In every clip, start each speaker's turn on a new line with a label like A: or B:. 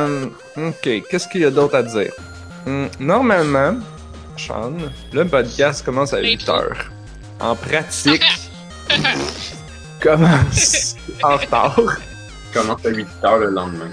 A: OK, qu'est-ce qu'il y a d'autre à dire? Normalement, Sean, le podcast commence à 8 heures. En pratique, commence en retard.
B: Commence à 8 heures le lendemain.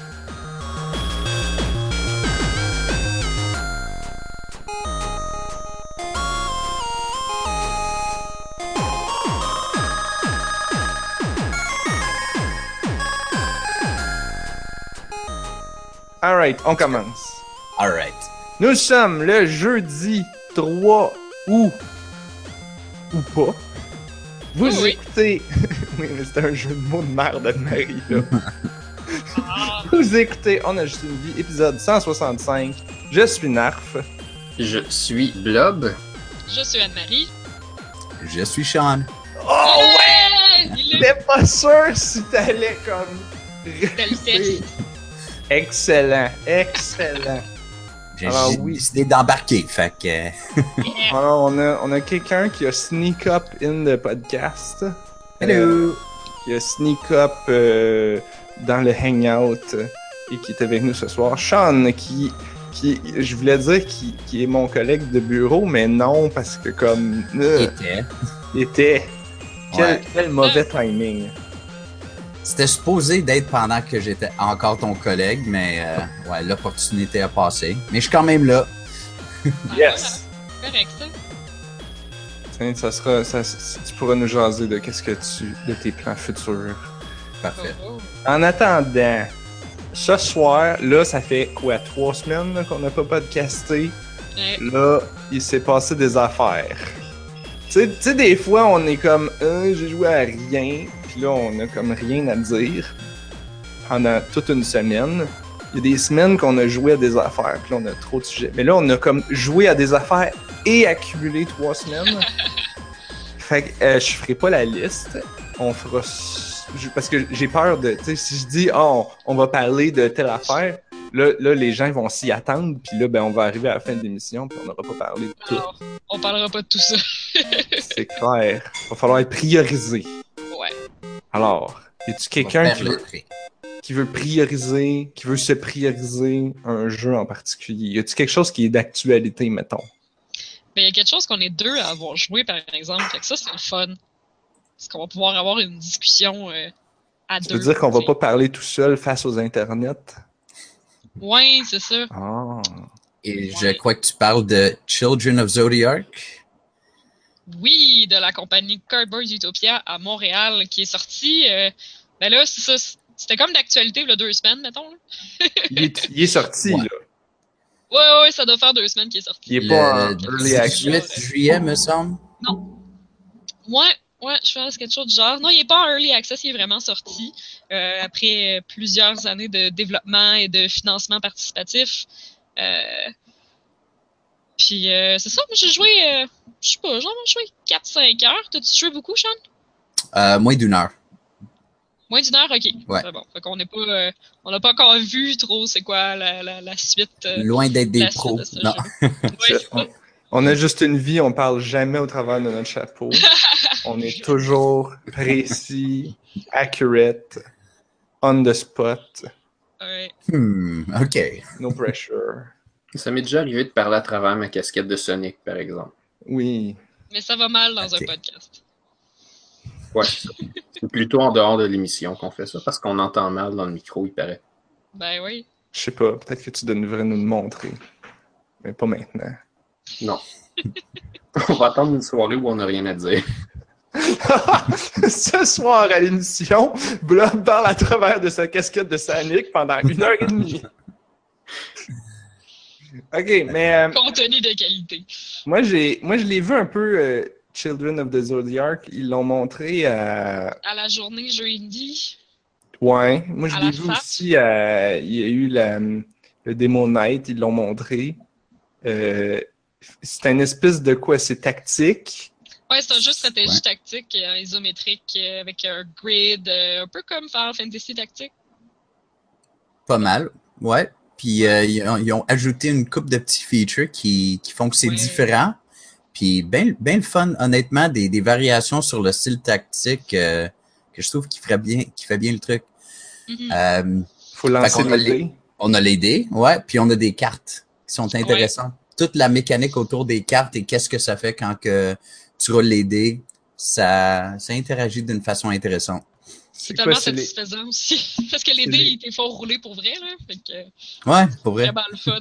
A: Alright, on commence.
C: Alright.
A: Nous sommes le jeudi 3 août. Ou pas. Vous écoutez... oui, mais c'est un jeu de mots de merde, Anne-Marie, là. Vous écoutez On a juste une vie, épisode 165. Je suis Narf.
B: Je suis Blob.
D: Je suis Anne-Marie.
C: Je suis Sean.
A: Oh ouais! J'étais pas sûr si t'allais comme... rester. Excellent, excellent.
C: J'ai décidé d'embarquer, fait que...
A: Alors, on a quelqu'un qui a sneak up in the podcast.
C: Hello!
A: Qui a sneak up dans le hangout et qui est avec nous ce soir. Sean, qui je voulais dire qui est mon collègue de bureau, mais non, parce que comme... était. Quel mauvais timing.
C: C'était supposé d'être pendant que j'étais encore ton collègue, mais ouais, l'opportunité a passé. Mais je suis quand même là.
A: Yes!
D: Correct, ça.
A: Tiens, tu pourras nous jaser de de tes plans futurs.
C: Parfait.
A: En attendant, ce soir, là, ça fait quoi, 3 semaines là, qu'on n'a pas podcasté?
D: Ouais.
A: Là, il s'est passé des affaires. Tu sais, des fois, on est comme, j'ai joué à rien, puis là, on a comme rien à dire pendant toute une semaine. Il y a des semaines qu'on a joué à des affaires, puis là, on a trop de sujets. Mais là, on a comme joué à des affaires et accumulé 3 semaines. Fait que je ferai pas la liste. On fera... Parce que j'ai peur de... Tu sais, si je dis, on va parler de telle affaire, là, les gens vont s'y attendre, puis là, ben, on va arriver à la fin de l'émission, puis on n'aura pas parlé de tout.
D: Alors, on parlera pas de tout ça.
A: C'est clair. Va falloir être priorisé.
D: Ouais.
A: Alors, y a-tu quelqu'un qui veut prioriser, qui veut se prioriser un jeu en particulier? Y a-tu quelque chose qui est d'actualité, mettons?
D: Ben, il y a quelque chose qu'on est deux à avoir joué, par exemple. Fait que ça, c'est le fun. Parce qu'on va pouvoir avoir une discussion à deux.
A: Tu veux dire qu'on va pas parler tout seul face aux internets?
D: Ouais, c'est ça.
A: Ah.
C: Et je crois que tu parles de Children of Zodiac.
D: Oui, de la compagnie Cardboard Utopia à Montréal, qui est sortie. Ben là, c'est ça. C'était comme d'actualité il y a 2 semaines, mettons.
A: Il est sorti,
C: Ouais.
D: là. Ouais, ça doit faire 2 semaines qu'il est sorti.
A: Il est pas en early access.
C: 18 juillet, me semble.
D: Non. Ouais, je pense quelque chose du genre. Non, il est pas en early access, il est vraiment sorti. Après plusieurs années de développement et de financement participatif. Puis c'est ça, moi j'ai joué, je sais pas, genre j'ai joué 4-5 heures. T'as-tu joué beaucoup, Sean?
C: Moins d'1 heure.
D: Moins d'1 heure, ok.
C: Ouais.
D: C'est bon. Fait qu'on n'est pas, on n'a pas encore vu trop c'est quoi la suite.
C: Loin d'être des
D: la
C: pros.
D: suite de ce
C: Non.
D: jeu. Ouais, c'est ça.
A: On a juste une vie, on parle jamais au travers de notre chapeau. On est toujours précis, accurate, on the spot,
D: Ouais.
C: OK.
A: no pressure.
B: Ça m'est déjà arrivé de parler à travers ma casquette de Sonic, par exemple.
A: Oui.
D: Mais ça va mal dans
C: Ok.
D: un podcast.
B: Ouais, c'est ça. C'est plutôt en dehors de l'émission qu'on fait ça, parce qu'on entend mal dans le micro, il paraît.
D: Ben oui.
A: Je sais pas, peut-être que tu devrais nous le montrer. Mais pas maintenant.
B: Non. On va attendre une soirée où on n'a rien à dire.
A: Ce soir à l'émission, Blob parle à travers de sa casquette de Sonic pendant 1h30. Ok, mais
D: Contenu de qualité.
A: moi je l'ai vu un peu Children of the Zodiac. Ils l'ont montré à...
D: À la journée jeu indie.
A: Ouais, moi je
D: À
A: l'ai
D: la
A: vu
D: FAP.
A: aussi à... Il y a eu le Demo Night, ils l'ont montré. C'est une espèce de quoi? C'est tactique.
D: Ouais, c'est un jeu de stratégie
C: Ouais.
D: tactique isométrique avec un grid, un peu comme Final Fantasy Tactique.
C: Pas mal. Ouais. Puis ils ont ajouté une couple de petits features qui font que c'est
D: Ouais.
C: différent. Puis ben le fun, honnêtement, des variations sur le style tactique que je trouve qui fait bien le truc.
D: Mhm.
C: Euh,
A: Faut lancer
C: qu'on a
A: le dé.
C: On a les dés, ouais, puis on a des cartes qui sont intéressantes. Toute la mécanique autour des cartes et qu'est-ce que ça fait quand que tu roules les dés, ça interagit d'une façon intéressante.
D: C'est tellement satisfaisant aussi. Parce que les dés, ils te font rouler pour vrai, là. Fait que,
C: ouais, pour vrai.
D: Vraiment le fun.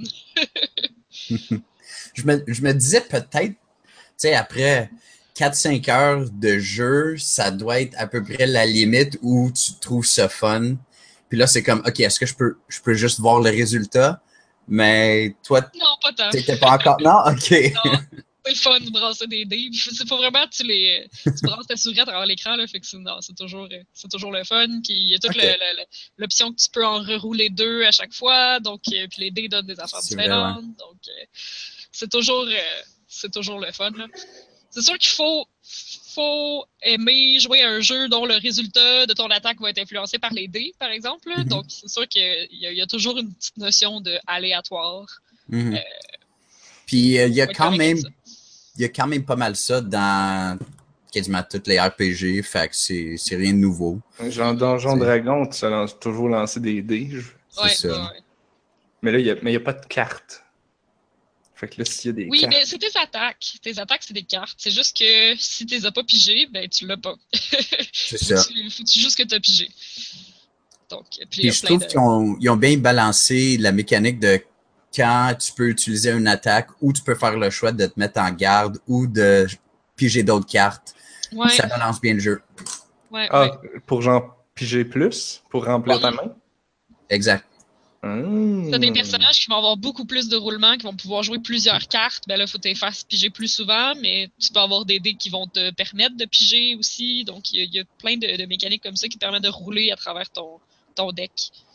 C: je me disais peut-être, tu sais, après 4-5 heures de jeu, ça doit être à peu près la limite où tu trouves ça fun. Puis là, c'est comme, OK, est-ce que je peux juste voir le résultat? Mais toi,
D: non, pas tant.
C: T'étais pas encore... Non? OK.
D: Non, c'est le fun de brasser des dés. Il faut vraiment que tu brasses ta souris à travers l'écran, là. Fait que c'est toujours le fun. Puis il y a toute l'option que tu peux en rerouler 2 à chaque fois. Donc, puis les dés donnent des affaires différentes. Vrai, ouais. Donc, c'est toujours le fun, là. C'est sûr qu'il faut aimer jouer à un jeu dont le résultat de ton attaque va être influencé par les dés, par exemple. Mm-hmm. Donc, c'est sûr qu'il y a toujours une petite notion de aléatoire.
C: Mm-hmm. Puis, il y a quand même pas mal ça dans quasiment toutes les RPG. Fait que c'est rien de nouveau.
A: Genre Donjon Dragon, tu as toujours lancé des dés.
C: C'est ça. Ouais.
A: Mais là, il n'y a pas de cartes. Fait que là, s'il y a des cartes...
D: mais c'est tes attaques. Tes attaques, c'est des cartes. C'est juste que si tu les as pas pigées, ben tu l'as pas.
C: C'est ça.
D: Faut que tu juste que tu as pigé. Donc,
C: puis je trouve qu'ils ont bien balancé la mécanique de quand tu peux utiliser une attaque ou tu peux faire le choix de te mettre en garde ou de piger d'autres cartes.
D: Ouais.
C: Ça balance bien le jeu.
D: Ouais,
A: pour genre piger plus? Pour remplir ta main?
C: Exact.
D: T'as des personnages qui vont avoir beaucoup plus de roulements, qui vont pouvoir jouer plusieurs cartes. Ben là, faut te les faire piger plus souvent, mais tu peux avoir des dés qui vont te permettre de piger aussi. Donc, il y a plein de mécaniques comme ça qui permettent de rouler à travers ton deck.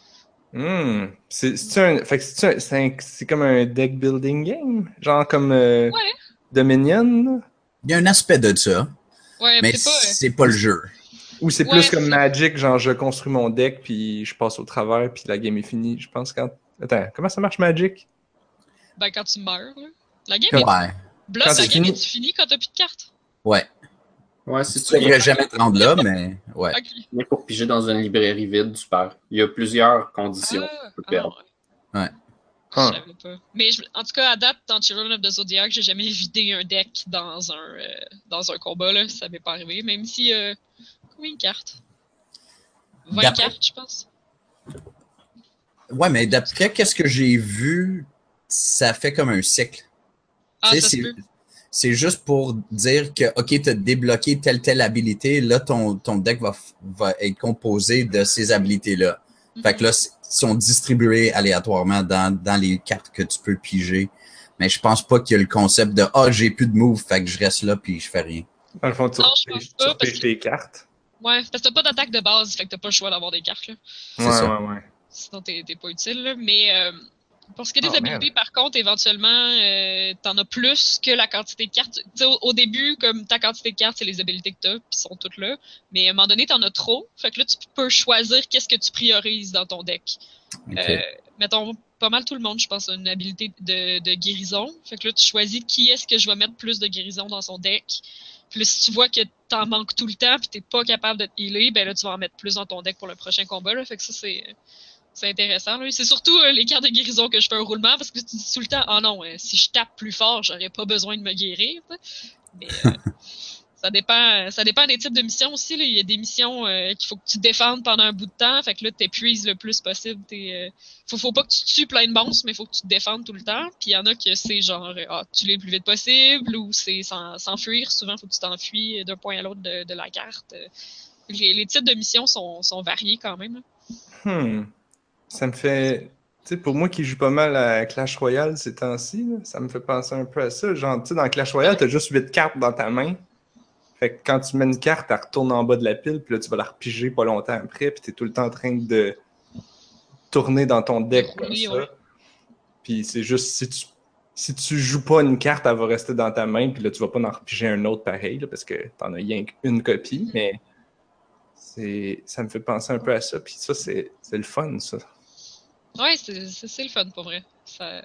A: C'est comme un deck building game? Genre comme Dominion?
C: Il y a un aspect de ça.
D: Ouais,
C: mais c'est pas le jeu.
A: Ou c'est plus comme Magic, genre je construis mon deck, puis je passe au travers, puis la game est finie. Je pense quand... Attends, comment ça marche Magic?
D: Ben quand tu meurs, là. La game est... Blood, la game est finie quand t'as plus de cartes?
C: Ouais.
B: Ouais, c'est
C: tu devrais jamais te rendre là, mais ouais.
D: Okay.
B: Mais pour piger dans une librairie vide, tu perds. Il y a plusieurs conditions que tu peux perdre.
C: Ouais.
D: Je savais pas. Mais en tout cas, à date, dans Children of the Zodiac, j'ai jamais vidé un deck dans un combat, là. Ça m'est pas arrivé, même si... Combien de cartes? 20 cartes, je pense.
C: Ouais, mais d'après qu'est-ce que j'ai vu, ça fait comme un cycle. C'est juste pour dire que, OK, tu as débloqué telle habilité, là, ton deck va être composé de ces habilités-là. Mm-hmm. Fait que là, ils sont distribués aléatoirement dans les cartes que tu peux piger. Mais je pense pas qu'il y a le concept de « Ah, j'ai plus de move, fait que je reste là puis je fais rien. »
A: Dans le fond, tu repiges tes cartes.
D: Ouais, parce que t'as pas d'attaque de base, fait que t'as pas le choix d'avoir des cartes, là.
A: Ouais.
D: Sinon, t'es pas utile, là. Mais pour ce qui est des habilités, par contre, éventuellement, t'en as plus que la quantité de cartes. Tu sais, au début, comme ta quantité de cartes, c'est les habilités que t'as, puis sont toutes là. Mais à un moment donné, t'en as trop. Fait que là, tu peux choisir qu'est-ce que tu priorises dans ton deck.
C: Okay.
D: Mettons, pas mal tout le monde, je pense, a une habilité de guérison. Fait que là, tu choisis qui est-ce que je vais mettre plus de guérison dans son deck. Puis là, si tu vois que t'en manques tout le temps puis t'es pas capable de te healer, ben là, tu vas en mettre plus dans ton deck pour le prochain combat, là. Fait que ça, c'est intéressant, là. C'est surtout les cartes de guérison que je fais un roulement parce que tu dis tout le temps, oh non, si je tape plus fort, j'aurais pas besoin de me guérir, t'sais. Mais ça dépend des types de missions aussi, là. Il y a des missions qu'il faut que tu défendes pendant un bout de temps, fait que là, t'épuises le plus possible. Faut pas que tu tues plein de monstres, mais faut que tu te défendes tout le temps. Puis il y en a que c'est genre, tuer le plus vite possible, ou c'est s'enfuir. Souvent, faut que tu t'enfuis d'un point à l'autre de la carte. Les types de missions sont variés quand même, là.
A: Ça me fait... Tu sais, pour moi qui joue pas mal à Clash Royale ces temps-ci, là, ça me fait penser un peu à ça. Genre, tu sais, dans Clash Royale, t'as juste 8 cartes dans ta main. Fait que quand tu mets une carte, elle retourne en bas de la pile, puis là, tu vas la repiger pas longtemps après, puis t'es tout le temps en train de tourner dans ton deck comme ça. Ouais. Puis c'est juste, si tu joues pas une carte, elle va rester dans ta main, puis là, tu vas pas en repiger un autre pareil, là, parce que t'en as rien qu'une copie, mais ça me fait penser un peu à ça, puis ça, c'est le fun, ça.
D: Ouais, c'est le fun, pour vrai. Ça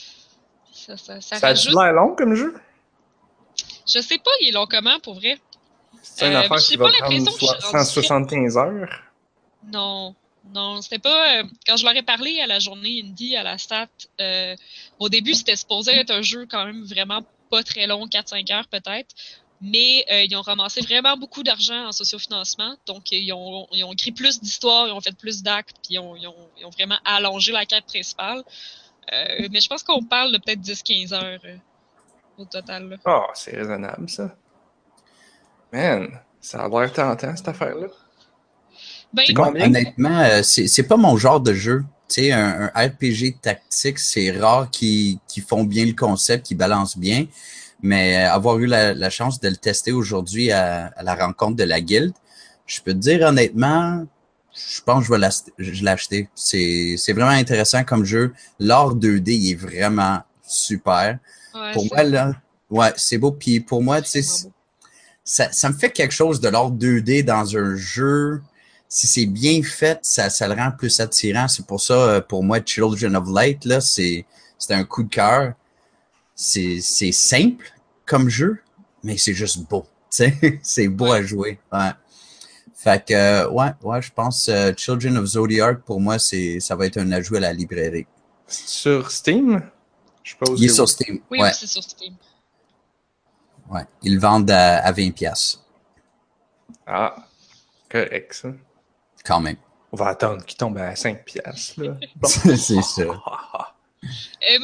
A: a-tu l'air long comme jeu?
D: Je sais pas, il est long comment, pour vrai.
A: C'est une affaire qui va prendre 175 heures?
D: Non, Non, c'était pas. Quand je leur ai parlé à la journée indie, à la stat, au début, c'était supposé être un jeu quand même vraiment pas très long, 4-5 heures peut-être. Mais ils ont ramassé vraiment beaucoup d'argent en sociofinancement. Donc, ils ont écrit plus d'histoires, ils ont fait plus d'actes, puis ils ont vraiment allongé la quête principale. Mais je pense qu'on parle de peut-être 10-15 heures au total. Là.
A: Ah, c'est raisonnable, ça. Man, ça a l'air tentant, cette affaire-là.
D: Ben,
A: C'est
C: Moi,
A: combien?
C: honnêtement, c'est pas mon genre de jeu. Tu sais, un RPG tactique, c'est rare qu'ils font bien le concept, qu'ils balancent bien. Mais avoir eu la chance de le tester aujourd'hui à la rencontre de la guilde, je peux te dire honnêtement, je pense que je l'ai acheté. C'est vraiment intéressant comme jeu. L'art 2D, il est vraiment super.
D: ouais,
C: Pour
D: c'est
C: moi, là, ouais, c'est beau. Puis pour moi, tu sais,
D: vraiment beau.
C: ça me fait quelque chose de l'art 2D dans un jeu. Si c'est bien fait, ça le rend plus attirant. C'est pour ça, pour moi, Children of Light, là, c'est un coup de cœur. C'est simple comme jeu, mais c'est juste beau. Tu sais, c'est beau à jouer. Ouais. Fait que, ouais, je pense Children of Zodiac, pour moi, ça va être un ajout à la librairie.
A: Sur Steam? Je suppose
C: Il est
A: que
C: sur
A: oui.
C: Steam.
D: Oui,
C: Ouais,
D: c'est sur Steam.
C: ouais. Ils le vendent à 20$.
A: Ah, correct, ça.
C: Quand même.
A: On va attendre qu'il tombe à 5 piastres, là. Bon.
C: C'est ça.
D: Moi,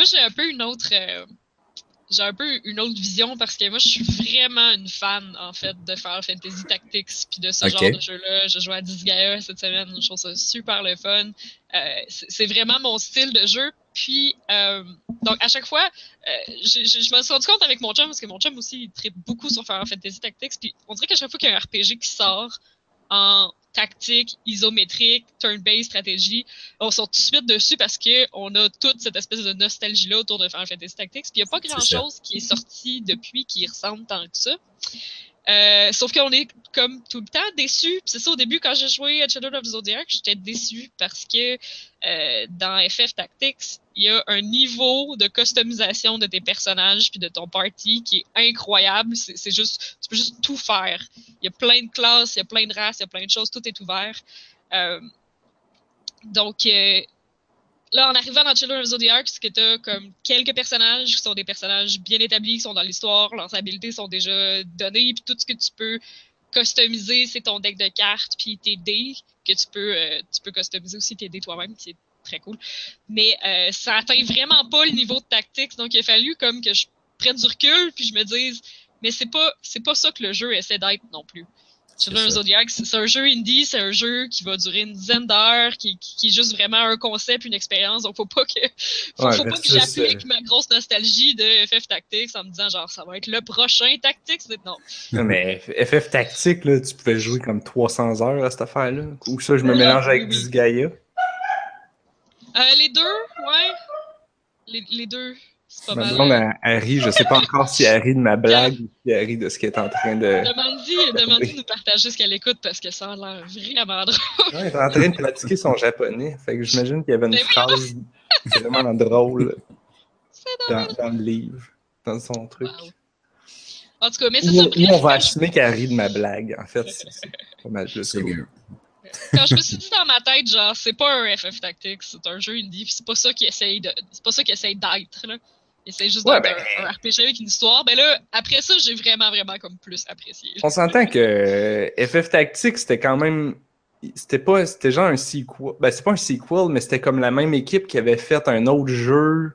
D: j'ai un peu une autre vision parce que moi, je suis vraiment une fan, en fait, de Final Fantasy Tactics puis de ce
C: Ok.
D: genre de jeu-là. Je joue à Disgaea cette semaine. Je trouve ça super le fun. C'est vraiment mon style de jeu. Puis, donc, à chaque fois, je me suis rendu compte avec mon chum, parce que mon chum aussi, il tripe beaucoup sur Final Fantasy Tactics. Puis, on dirait qu'à chaque fois qu'il y a un RPG qui sort en tactique, isométrique, turn-based stratégie, on sort tout de suite dessus parce que on a toute cette espèce de nostalgie-là autour de Final Fantasy Tactics. Puis il n'y a pas grand-chose qui est sorti depuis qui ressemble tant que ça. Sauf qu'on est comme tout le temps déçus. C'est ça, au début, quand j'ai joué à Children of the Zodiac, j'étais déçu parce que dans FF Tactics, il y a un niveau de customisation de tes personnages puis de ton party qui est incroyable. C'est juste, tu peux juste tout faire. Il y a plein de classes, il y a plein de races, il y a plein de choses, tout est ouvert. Donc, là, en arrivant dans Children of the Zodiac, c'est que tu as comme quelques personnages qui sont des personnages bien établis, qui sont dans l'histoire, leurs habilités sont déjà données, puis tout ce que tu peux customiser, c'est ton deck de cartes, puis tes dés, que tu peux customiser aussi tes dés toi-même, qui est très cool. Mais ça atteint vraiment pas le niveau de tactique, donc il a fallu comme que je prenne du recul, puis je me dise, mais c'est pas ça que le jeu essaie d'être non plus. Children of Zodiac, c'est un jeu indie, c'est un jeu qui va durer une dizaine d'heures, qui est juste vraiment un concept, une expérience. Donc, faut pas que j'applique ma grosse nostalgie de FF Tactics en me disant, genre, ça va être le prochain Tactics. Non.
A: Non, mais FF Tactique, là, tu pouvais jouer comme 300 heures à cette affaire-là. Ou ça, je me mélange avec Disgaea.
D: Les deux, ouais. Les deux, c'est pas
A: Ma
D: mal.
A: blonde, elle rit. Je sais pas encore si elle rit de ma blague ou si elle rit de ce qu'elle est en train de...
D: Demande-lui de nous partager ce qu'elle écoute parce que ça a l'air vraiment drôle.
A: Ouais, elle est en train de pratiquer son japonais. Fait que j'imagine qu'il y avait une phrase vraiment drôle dans le livre, dans son truc.
D: Wow. En tout cas, mais c'est ça.
A: Nous, on va assumer qu'elle rit de ma blague. En fait, c'est pas mal plus cool.
D: Quand je me suis dit dans ma tête, genre, c'est pas un FF Tactics, c'est un jeu indie, c'est pas ça qu'il essaye d'être, là. Il essaie juste d'être un RPG avec une histoire. Ben là, après ça, j'ai vraiment comme plus apprécié.
A: On s'entend que FF Tactics, c'était quand même... C'était genre un sequel. Ben, c'est pas un sequel, mais c'était comme la même équipe qui avait fait un autre jeu.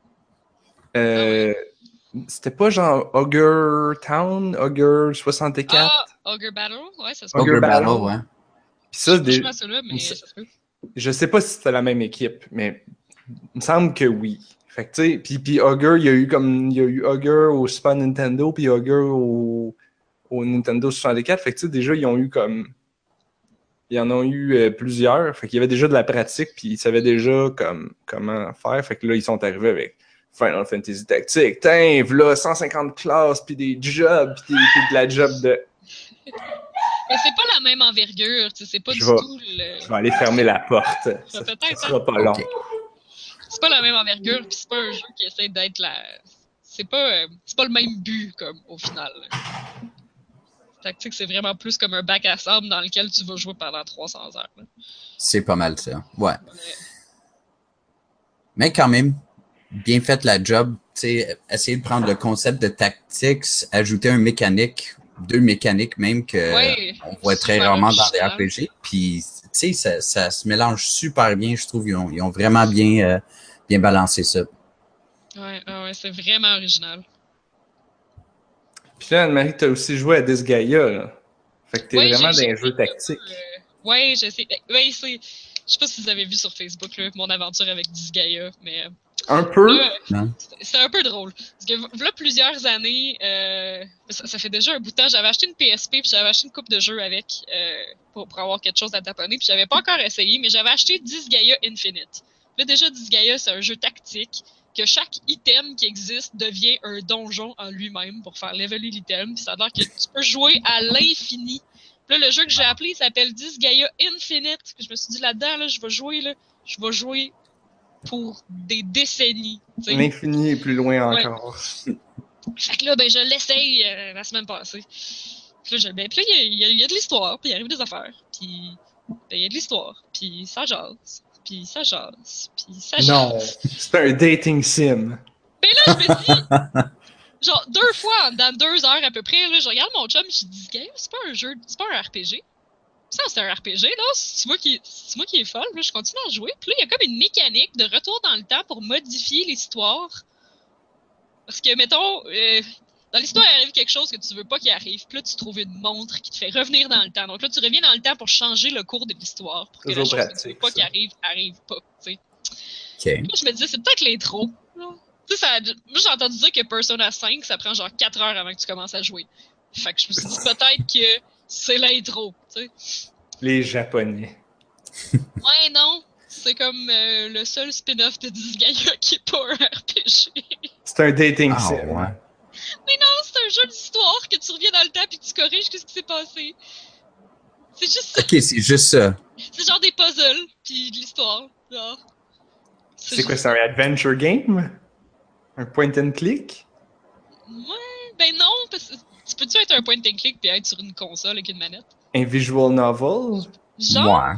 A: C'était pas genre Ogre Town, Ogre 64?
D: Ah, Ogre Battle? Ouais, ça se peut.
C: Ogre Battle, ouais.
A: Puis ça, je sais pas si c'était la même équipe, mais il me semble que oui. Fait que tu sais, puis Ogre, il y a eu Ogre au Super Nintendo, puis Ogre au Nintendo 64. Fait que tu sais, déjà, ils en ont eu plusieurs. Fait qu'il y avait déjà de la pratique, puis ils savaient déjà comment faire. Fait que là, ils sont arrivés avec Final Fantasy Tactics. Tiens, voilà 150 classes, puis des jobs, puis de la job de...
D: Mais c'est pas la même envergure, tu sais, c'est pas du tout le...
A: Je vais aller fermer la porte. Ça sera pas long.
D: C'est pas la même envergure, puis c'est pas un jeu qui essaie d'être la... C'est pas le même but, comme, au final. Tactique, c'est vraiment plus comme un bac à sable dans lequel tu vas jouer pendant 300 heures. Là.
C: C'est pas mal ça. Ouais. Mais quand même, bien fait la job. Tu sais, essayer de prendre le concept de tactics, ajouter un mécanique, 2 mécaniques même que on voit très rarement dans des RPG. Puis, tu sais, ça se mélange super bien, je trouve. Ils ont vraiment bien balancé ça.
D: Ouais, c'est vraiment original.
A: Puis là, Anne-Marie, t'as aussi joué à Disgaea, là. Fait que t'es vraiment dans un jeu tactique.
D: Ouais, je sais. Ouais, je sais pas si vous avez vu sur Facebook là, mon aventure avec Disgaea, mais...
A: Un peu?
C: Non.
D: C'est un peu drôle. Parce que là, plusieurs années, ça fait déjà un bout de temps, j'avais acheté une PSP puis j'avais acheté une coupe de jeux avec pour avoir quelque chose à taponner. Puis j'avais pas encore essayé, mais j'avais acheté Disgaea Infinite. Là, déjà, Disgaea, c'est un jeu tactique que chaque item qui existe devient un donjon en lui-même pour faire leveler l'item. Puis ça a l'air que tu peux jouer à l'infini. Puis là, le jeu que j'ai appelé s'appelle Disgaea Infinite. Je me suis dit là-dedans, là, je vais jouer pour des décennies. T'sais.
A: L'infini est plus loin encore.
D: Fait que là, ben, je l'essaye la semaine passée. Puis là, il y a de l'histoire, puis il arrive des affaires, puis ben, il y a de l'histoire, puis ça jase, puis ça jase, puis ça jase.
A: Non, c'est un dating sim.
D: Ben là, je me dis, genre, 2 fois, dans 2 heures à peu près, là, je regarde mon chum, je dis, c'est pas un jeu, c'est pas un RPG. Ça, c'est un RPG, là. C'est moi qui est folle. Là, je continue à jouer. Puis là, il y a comme une mécanique de retour dans le temps pour modifier l'histoire. Parce que, mettons, dans l'histoire, il arrive quelque chose que tu veux pas qu'il arrive. Puis là, tu trouves une montre qui te fait revenir dans le temps. Donc là, tu reviens dans le temps pour changer le cours de l'histoire. Pour que la chose que tu veux pas qu'il arrive pas. T'sais.
C: Okay.
D: Là, je me disais, c'est peut-être l'intro. Tu sais, moi, j'ai entendu dire que Persona 5, ça prend genre 4 heures avant que tu commences à jouer. Fait que je me suis dit, peut-être que c'est l'intro, tu sais.
A: Les Japonais.
D: Ouais, non. C'est comme le seul spin-off de Disgaea qui est pas un RPG.
A: C'est un dating sim.
C: Ouais.
D: Mais non, c'est un jeu d'histoire que tu reviens dans le temps puis tu corriges ce qui s'est passé. C'est juste ça.
C: Ok, c'est juste ça.
D: C'est genre des puzzles puis de l'histoire. Genre.
A: C'est quoi, c'est un adventure game? Un point and click?
D: Ouais, ben non, parce que tu peux-tu être un point and click puis être sur une console avec une manette?
A: Un visual novel?
D: Genre?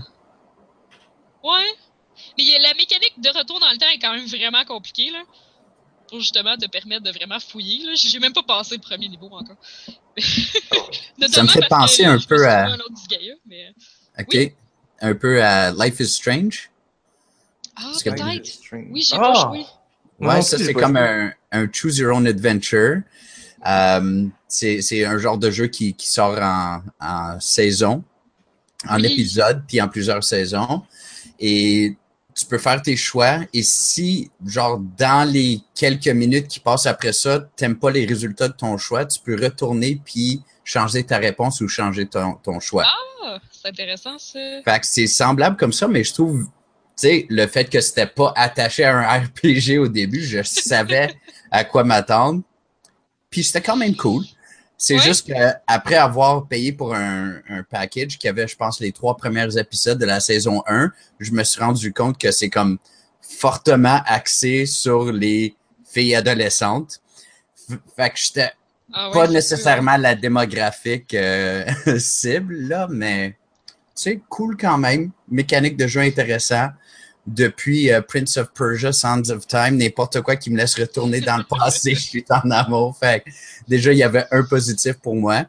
D: Ouais. Mais la mécanique de retour dans le temps est quand même vraiment compliquée, là. Pour justement te permettre de vraiment fouiller, là. J'ai même pas passé le premier niveau encore.
C: Ça me fait penser un peu à...
D: un autre Disgaea, mais...
C: Ok.
D: Oui?
C: Un peu à Life is Strange.
D: Ah,
C: Parce que-
D: peut-être. Oui, j'ai pas joué.
A: Moi
C: Ouais,
A: aussi,
C: ça
A: j'ai
C: c'est
A: pas
C: comme
A: joué.
C: un choose your own adventure. C'est un genre de jeu qui sort en saison, en
D: Oui.
C: épisode, puis en plusieurs saisons. Et tu peux faire tes choix. Et si, genre, dans les quelques minutes qui passent après ça, t'aimes pas les résultats de ton choix, tu peux retourner puis changer ta réponse ou changer ton choix.
D: Ah, c'est intéressant, ça.
C: Fait que c'est semblable comme ça, mais je trouve, tu sais, le fait que c'était pas attaché à un RPG au début, je savais à quoi m'attendre. Puis c'était quand même cool. C'est
D: Ouais.
C: juste qu'après avoir payé pour un package qui avait, je pense, les 3 premiers épisodes de la saison 1, je me suis rendu compte que c'est comme fortement axé sur les filles adolescentes. Fait que j'étais
D: Ah, ouais,
C: pas
D: c'est
C: nécessairement la démographique cible, là, mais tu sais, cool quand même. Mécanique de jeu intéressant. Depuis Prince of Persia, Sands of Time, n'importe quoi qui me laisse retourner dans le passé, je suis en amour. Fait que déjà, il y avait un positif pour moi.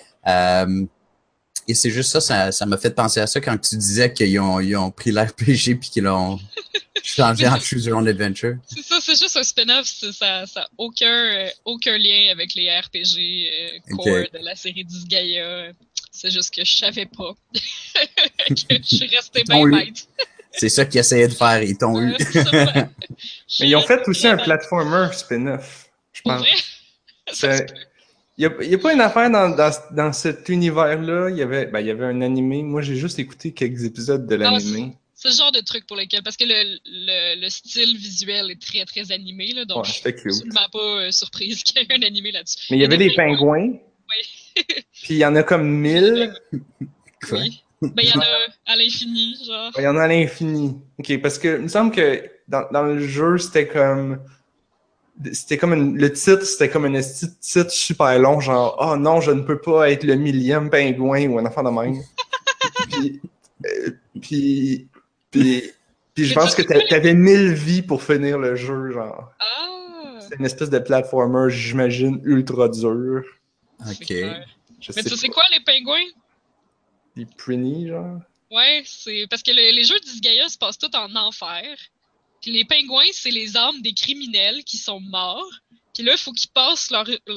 C: Et c'est juste ça m'a fait penser à ça quand tu disais qu'ils ont pris l'RPG puis qu'ils l'ont changé en Choose Your Own Adventure.
D: C'est ça, c'est juste un spin-off. Ça a aucun lien avec les RPG core
C: Ok.
D: de la série Disgaea. C'est juste que je savais pas. Que je suis restée
C: Ils t'ont
D: bien
C: eu.
D: bête.
C: C'est ça qu'ils essayaient de faire, ils t'ont eu.
D: C'est ça, ouais.
A: Mais ils ont fait aussi un
D: Vraiment.
A: platformer spin-off, je
D: Pour
A: pense.
D: vrai? Ça se peut.
A: Il y a pas une affaire dans cet univers-là. Il y avait un animé. Moi, j'ai juste écouté quelques épisodes de l'animé.
D: C'est le genre de truc pour lequel, parce que le style visuel est très, très animé, là, donc
A: Ouais,
D: je suis
A: c'était cute.
D: absolument pas surprise qu'il y ait un animé là-dessus.
A: Mais il y avait des pingouins.
D: Oui.
A: Puis il y en a comme 1000.
C: Quoi?
D: Oui. Ben, il y en a à l'infini, genre.
A: Il y en a à l'infini. OK, parce que il me semble que dans le jeu, c'était comme... c'était comme le titre, c'était comme un esti de titre super long, genre « Oh non, je ne peux pas être le millième pingouin » ou un enfant de même. Puis, puis, puis, puis je
D: Mais
A: pense que
D: tu sais quoi,
A: t'avais 1000 vies pour finir le jeu, genre.
D: Ah!
A: C'est une espèce de platformer, j'imagine, ultra dur.
D: C'est
C: Ok.
D: clair.
A: Je
D: Mais
A: sais
D: tu sais
A: pas.
D: quoi, les pingouins?
A: Des Prinny, genre.
D: Ouais, c'est parce que les jeux d'Isgaea se passent tout en enfer. Puis les pingouins, c'est les âmes des criminels qui sont morts. Puis là, il faut qu'ils passent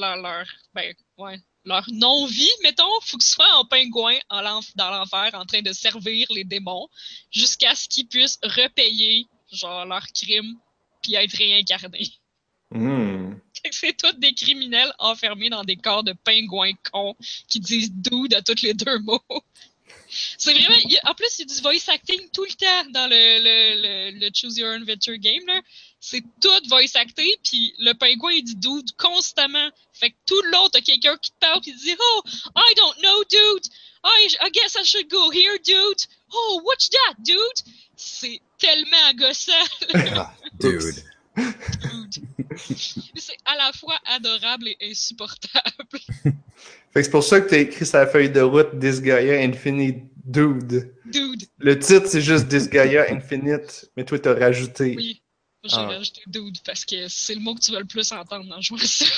D: leur non-vie, mettons. Faut qu'ils soient en pingouin dans l'enfer en train de servir les démons jusqu'à ce qu'ils puissent repayer genre leurs crimes puis être réincarnés.
A: Hmm.
D: C'est tous des criminels enfermés dans des corps de pingouins cons qui disent dude à tous les deux mots. C'est vraiment. En plus, il y a du voice acting tout le temps dans le Choose Your Own Adventure game. Là. C'est tout voice acté, puis le pingouin, il dit dude constamment. Fait que tout le long, t'as quelqu'un qui te parle, puis il dit Oh, I don't know, dude. I guess I should go here, dude. Oh, what's that, dude? C'est tellement agaçant.
C: Ah, dude.
D: Dude. C'est à la fois adorable et insupportable.
A: Fait que c'est pour ça que t'as écrit sa feuille de route Disgaea Infinite Dude.
D: Dude.
A: Le titre, c'est juste Disgaea Infinite, mais toi, t'as rajouté.
D: Oui. J'ai rajouté dude parce que c'est le mot que tu vas le plus entendre en jouant à ça.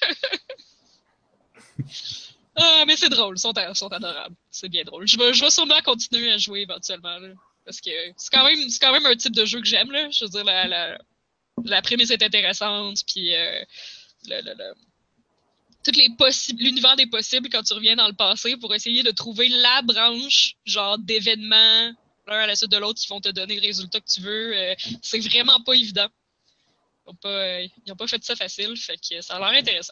D: Ah, mais c'est drôle, ils sont adorables. C'est bien drôle. Je vais sûrement continuer à jouer éventuellement. Là, parce que c'est quand même un type de jeu que j'aime. Là. Je veux dire, la prémisse est intéressante, puis l'univers des possibles quand tu reviens dans le passé pour essayer de trouver la branche genre d'événements l'un à la suite de l'autre qui vont te donner le résultat que tu veux. C'est vraiment pas évident. Ils ont pas fait ça facile, fait que ça a l'air intéressant.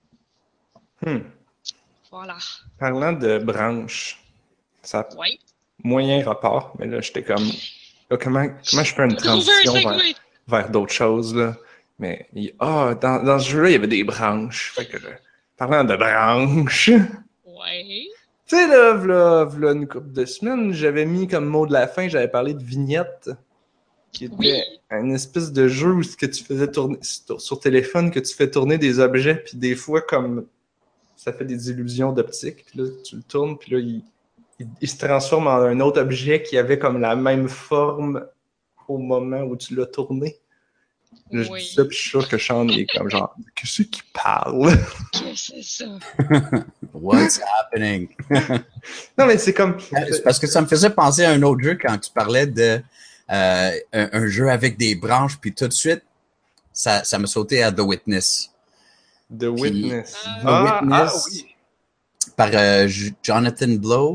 D: Voilà.
A: Parlant de branches, ça a
D: Ouais.
A: moyen rapport, mais là, j'étais comme... Là, comment je fais une
D: Trouver un
A: transition
D: segway.
A: vers d'autres choses, là? Mais, dans ce jeu-là, il y avait des branches. Fait que, parlant de branches...
D: Ouais.
A: Tu sais, là, v'là une couple de semaines, j'avais mis comme mot de la fin, j'avais parlé de vignette, qui était
D: Oui.
A: une espèce de jeu où ce que tu faisais tourner sur téléphone, que tu fais tourner des objets, puis des fois, comme ça fait des illusions d'optique, puis là, tu le tournes, puis là, il se transforme en un autre objet qui avait comme la même forme au moment où tu l'as tourné. Là, je dis ça, puis je suis sûr que Sean est comme genre, qu'est-ce qu'il parle?
D: Qu'est-ce que c'est ça?
C: What's happening?
A: Non, mais c'est comme...
C: C'est parce que ça me faisait penser à un autre jeu quand tu parlais de un jeu avec des branches, puis tout de suite, ça me sautait à The Witness.
A: The Witness.
C: The Witness,
A: oui.
C: par Jonathan Blow,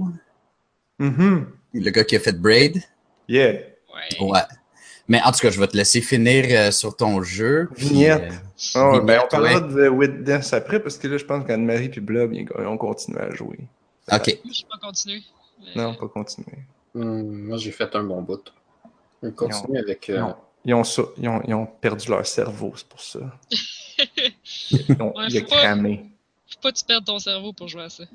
C: le gars qui a fait Braid.
A: Yeah.
C: Ouais. Mais en tout cas, je vais te laisser finir sur ton jeu.
A: Vignette.
C: Puis,
A: ben, on parlera de Witness après, parce que là, je pense qu'Anne-Marie et Blob, ils ont continué à jouer.
C: OK.
D: Je vais pas continuer.
A: Non, pas continuer.
B: Moi, j'ai fait un bon bout. On continue avec...
A: Ils ont perdu leur cerveau, c'est pour ça. Il a cramé.
D: Faut pas que tu perdes ton cerveau pour jouer à ça.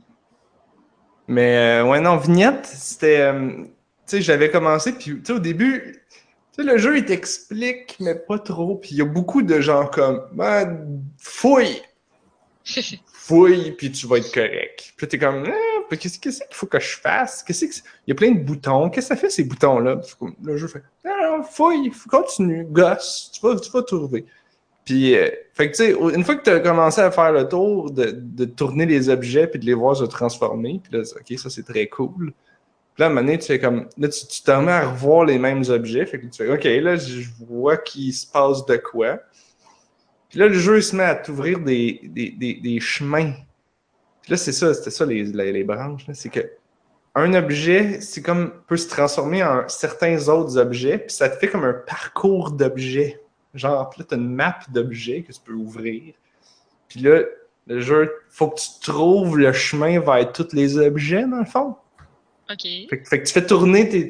A: Mais, ouais, non, Vignette, c'était... tu sais, j'avais commencé, puis, tu sais, au début... Tu sais, le jeu, il t'explique, mais pas trop. Puis il y a beaucoup de gens comme, fouille! Fouille, puis tu vas être correct. Puis t'es comme, qu'est-ce qu'il faut que je fasse? Il y a plein de boutons. Qu'est-ce que ça fait, ces boutons-là? Le jeu fait, non, fouille, continue, gosse, tu vas trouver. Puis, fait que tu sais, une fois que tu as commencé à faire le tour de tourner les objets puis de les voir se transformer, puis là, OK, ça c'est très cool. Puis là, à un moment donné, tu fais comme. Là, tu te remets à revoir les mêmes objets. Fait que tu fais OK, là, je vois qu'il se passe de quoi. Puis là, le jeu il se met à t'ouvrir des chemins. Puis là, c'était ça les branches. Là. C'est que un objet, c'est comme peut se transformer en certains autres objets. Puis ça te fait comme un parcours d'objets. Genre, puis là, tu as une map d'objets que tu peux ouvrir. Puis là, le jeu, faut que tu trouves le chemin vers tous les objets, dans le fond.
D: OK.
A: Fait que tu fais tourner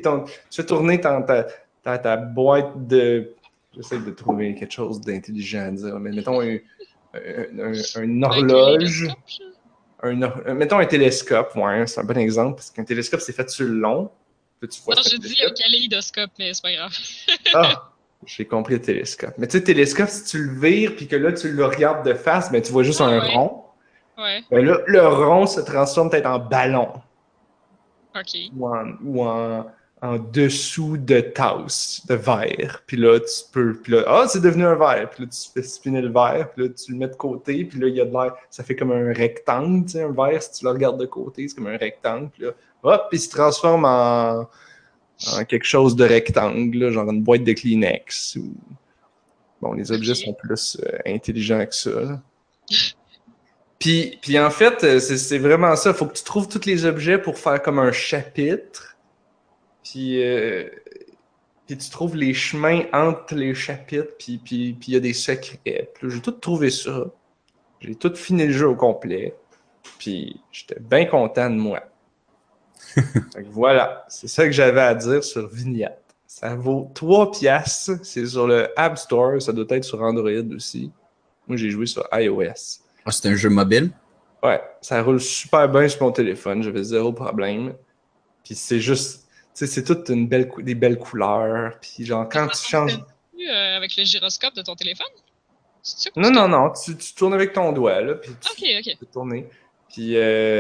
A: ta boîte de... J'essaie de trouver quelque chose d'intelligent à dire, mais mettons une horloge. Mettons un télescope, ouais, c'est un bon exemple, parce qu'un télescope, c'est fait sur le long. Là, tu vois
D: non, j'ai dit un kaléidoscope, mais c'est pas grave.
A: J'ai compris le télescope. Mais tu sais, le télescope, si tu le vires puis que là, tu le regardes de face, ben, tu vois juste un rond.
D: Ouais.
A: Ben là, le rond se transforme peut-être en ballon.
D: OK.
A: Ou en dessous de tasse, de verre. Puis là, tu peux... Puis là, c'est devenu un verre. Puis là, tu fais spinner le verre. Puis là, tu le mets de côté. Puis là, il y a de l'air... Ça fait comme un rectangle, tu sais, un verre. Si tu le regardes de côté, c'est comme un rectangle. Puis là, hop, il se transforme en quelque chose de rectangle, là, genre une boîte de Kleenex. Ou... Bon, les objets sont plus intelligents que ça. Là. Puis en fait, c'est vraiment ça. Il faut que tu trouves tous les objets pour faire comme un chapitre. Puis tu trouves les chemins entre les chapitres. Puis il y a des secrets. Puis là, j'ai tout trouvé ça. J'ai tout fini le jeu au complet. Puis j'étais bien content de moi. Fait que voilà, c'est ça que j'avais à dire sur Vignette. Ça vaut 3 piastres. C'est sur le App Store. Ça doit être sur Android aussi. Moi, j'ai joué sur iOS.
C: Ah, c'est un jeu mobile?
A: Ouais, ça roule super bien sur mon téléphone. J'avais zéro problème. Puis c'est juste... Tu sais, c'est toute des belles couleurs. Puis genre, quand tu changes...
D: Avec le gyroscope de ton téléphone?
A: Non. Tu tournes avec ton doigt, là. Puis
D: OK.
A: Tu peux tourner. Puis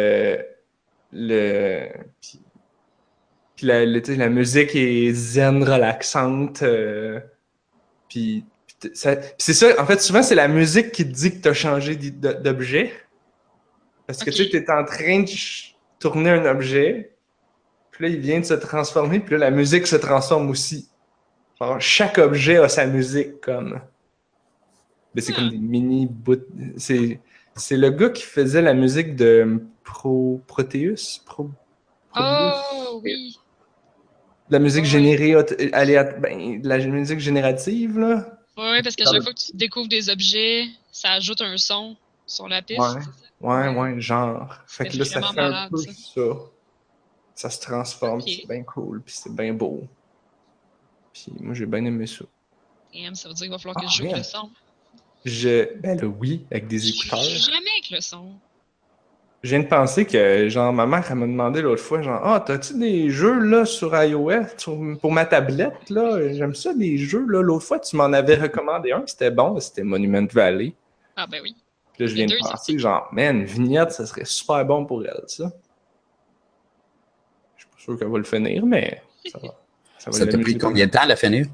A: Puis la musique est zen, relaxante. Puis c'est ça, en fait, souvent, c'est la musique qui te dit que tu as changé d'objet. Parce que tu sais, tu es en train de tourner un objet, puis là, il vient de se transformer, puis là, la musique se transforme aussi. Genre, chaque objet a sa musique, comme. Mais c'est comme des mini bouts. C'est le gars qui faisait la musique de Proteus.
D: Oh, oui.
A: La musique générée, la musique générative, là.
D: Ouais, parce qu'à chaque fois que tu découvres des objets, ça ajoute un son sur la piste.
A: Ouais, genre. Fait que là, ça fait un peu ça. Ça se transforme, c'est bien cool, puis c'est bien beau. Puis moi, j'ai bien aimé ça.
D: Ça veut dire qu'il va falloir que je joue avec le son.
A: Ben là, oui, avec des écouteurs.
D: Je joue jamais avec le son.
A: Je viens de penser que, genre, ma mère, elle m'a demandé l'autre fois, genre, t'as-tu des jeux, là, sur iOS, pour ma tablette, là? J'aime ça, des jeux, là. L'autre fois, tu m'en avais recommandé un, c'était bon, c'était Monument Valley.
D: Ah, ben oui.
A: Puis là, je viens de penser, genre, man, Vignette, ça serait super bon pour elle, ça. Je suis pas sûr qu'elle va le finir, mais ça va.
C: Ça t'a pris combien de temps à la finir?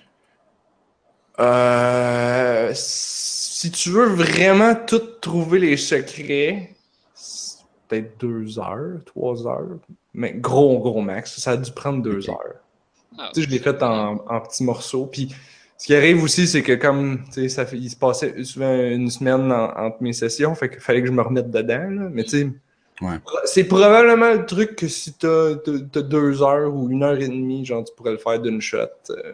A: Si tu veux vraiment tout trouver les secrets, c'est peut-être 2 heures, 3 heures. Mais gros max. Ça a dû prendre 2 heures. Tu sais, je l'ai fait en petits morceaux. Puis ce qui arrive aussi, c'est que comme, tu sais, il se passait souvent une semaine entre mes sessions, fait qu'il fallait que je me remette dedans, là. Mais tu sais, c'est probablement le truc que si t'as 2 heures ou 1 heure et demie, genre, tu pourrais le faire d'une shot.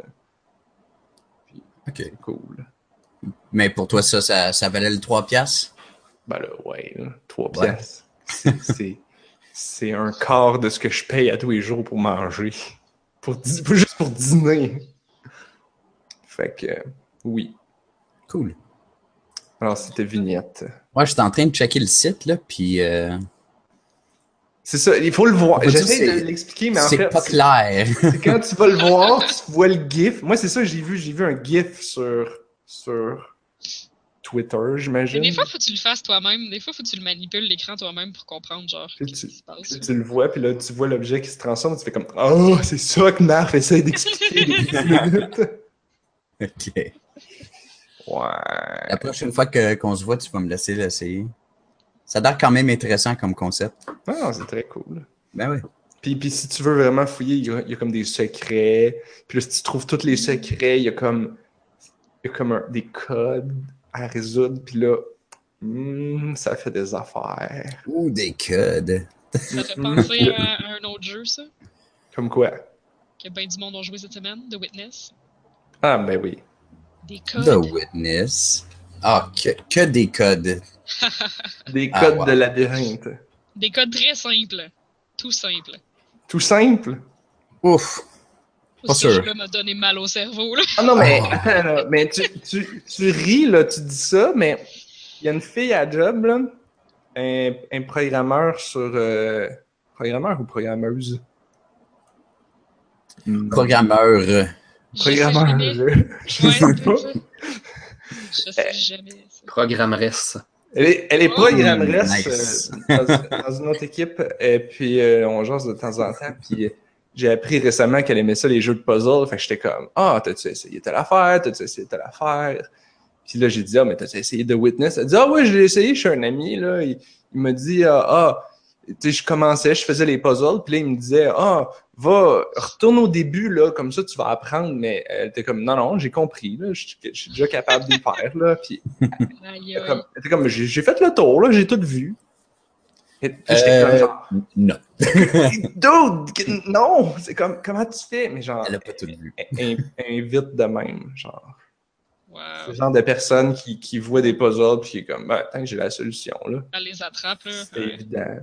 C: OK.
A: C'est cool.
C: Mais pour toi, ça valait le 3 piastres?
A: Ben là, ouais, là, 3 piastres. C'est un quart de ce que je paye à tous les jours pour manger. Juste pour dîner. Fait que, oui.
C: Cool.
A: Alors, c'était Vignette.
C: Ouais, j'étais en train de checker le site, là, puis...
A: C'est ça, il faut le voir. J'essaie de l'expliquer, mais en fait...
C: C'est pas clair.
A: C'est quand tu vas le voir, tu vois le GIF. Moi, c'est ça, j'ai vu un GIF sur Twitter, j'imagine.
D: Mais des fois, faut que tu le fasses toi-même. Des fois, faut que tu le manipules l'écran toi-même pour comprendre, genre, ce qui se passe.
A: Tu le vois, puis là, tu vois l'objet qui se transforme, tu fais comme « Oh, c'est ça que Narf essaie d'expliquer depuis 10 minutes. »
C: OK.
A: Ouais.
C: La prochaine fois qu'on se voit, tu vas me laisser l'essayer. Ça a l'air quand même intéressant comme concept.
A: Ah, c'est très cool.
C: Ben oui.
A: Puis si tu veux vraiment fouiller, il y a comme des secrets. Puis là, si tu trouves tous les secrets, il y a comme des codes à résoudre. Puis là, ça fait des affaires.
C: Ou des codes.
D: Ça fait penser à un autre jeu, ça?
A: Comme quoi?
D: Que ben du monde ont joué cette semaine, The Witness.
A: Ah, ben oui.
D: Des codes.
C: The Witness. Ah, que des codes.
A: Des codes de labyrinthe.
D: Des codes très simples. Tout simple.
A: Tout simple?
C: Ouf. Pas sûr.
D: Ce jeu-là m'a donné mal au cerveau, là.
A: Ah non, mais attends, là, mais tu ris, là, tu dis ça, mais il y a une fille à job, là, un programmeur sur... programmeur ou programmeuse?
C: Programmeur.
A: Programmeur
D: jamais.
A: un jeu. Je
D: Ouais,
A: sais pas.
D: je sais jamais. Ça.
B: Programmeresse.
A: Elle est programmeresse
C: Nice.
A: dans une autre équipe, et puis on jase de temps en temps, puis j'ai appris récemment qu'elle aimait ça, les jeux de puzzle, fait que j'étais comme « Ah, t'as-tu essayé telle affaire? T'as-tu essayé telle affaire? » Puis là, j'ai dit « Ah, mais t'as-tu essayé The Witness? » Elle dit « Ah ouais, je l'ai essayé, je suis un ami, là. » Il me dit « tu sais, je commençais, je faisais les puzzles, puis là, il me disait « Ah, retourne au début, là, comme ça, tu vas apprendre. » Mais elle était comme « Non, non, j'ai compris, là, je suis déjà capable d'y faire, là. » Puis
D: Aïe,
A: elle
D: aïe.
A: était comme j'ai fait le tour, là, j'ai tout vu. Et puis j'étais comme genre
C: Non.
A: Dude, non! C'est comme comment tu fais? Mais genre
C: Elle a pas tout vu.
A: invite de même. Genre.
D: Wow.
A: C'est le genre de personne qui voit des puzzles puis qui est comme ben, tant que j'ai la solution là.
D: Elle les attrape, là.
A: C'est évident.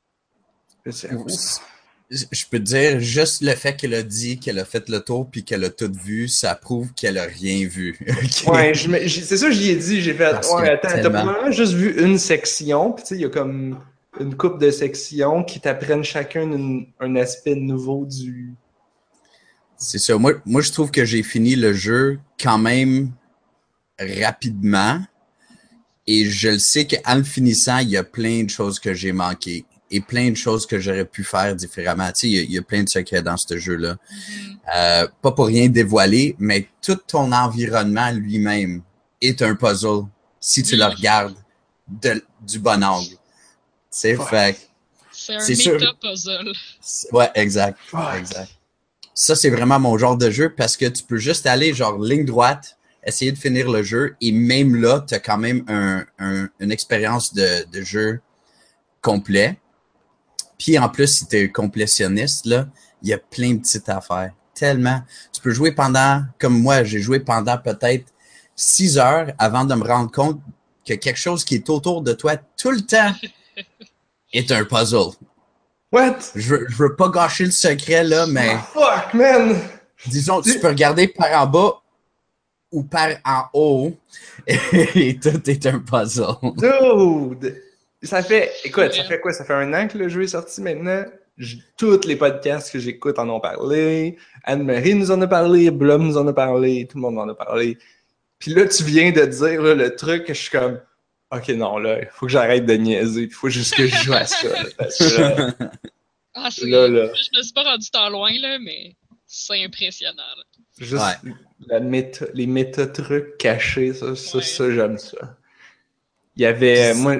C: Je peux te dire, juste le fait qu'elle a dit qu'elle a fait le tour puis qu'elle a tout vu, ça prouve qu'elle a rien vu. Okay?
A: Ouais, c'est ça que j'y ai dit. J'ai fait
C: Parce
A: ouais,
C: que
A: attends, t'as
C: tellement...
A: probablement juste vu une section, puis tu sais, il y a comme une couple de sections qui t'apprennent chacun un aspect nouveau du.
C: C'est ça. Moi, je trouve que j'ai fini le jeu quand même rapidement. Et je le sais qu'en le finissant, il y a plein de choses que j'ai manquées. Et plein de choses que j'aurais pu faire différemment. Tu sais, il y a plein de secrets dans ce jeu-là. Pas pour rien dévoiler, mais tout ton environnement lui-même est un puzzle si tu le regardes du bon angle. Tu sais, fait
D: c'est un
C: sûr.
D: méta-puzzle.
C: Ouais, exact. Exact. Ça, c'est vraiment mon genre de jeu parce que tu peux juste aller genre ligne droite, essayer de finir le jeu et même là, tu as quand même une expérience de jeu complet. Puis en plus, si tu es complétionniste, là, il y a plein de petites affaires. Tellement. Tu peux jouer comme moi, j'ai joué pendant peut-être 6 heures avant de me rendre compte que quelque chose qui est autour de toi tout le temps est un puzzle.
A: What?
C: Je veux pas gâcher le secret, là, mais...
A: Oh, fuck, man!
C: Disons, tu peux regarder par en bas ou par en haut et tout est un puzzle.
A: Dude! Écoute, ça fait quoi? Ça fait 1 an que le jeu est sorti maintenant. Tous les podcasts que j'écoute en ont parlé. Anne-Marie nous en a parlé, Blum nous en a parlé, tout le monde en a parlé. Puis là, tu viens de dire là, le truc que je suis comme, OK, non, là, il faut que j'arrête de niaiser. Il faut juste que je joue à ça. Là, parce que là,
D: Ah, c'est...
A: là,
D: Je me suis pas rendu tant loin, là, mais c'est impressionnant. Là.
A: juste les méta-trucs cachés, ça, j'aime ça. Il y avait, moi,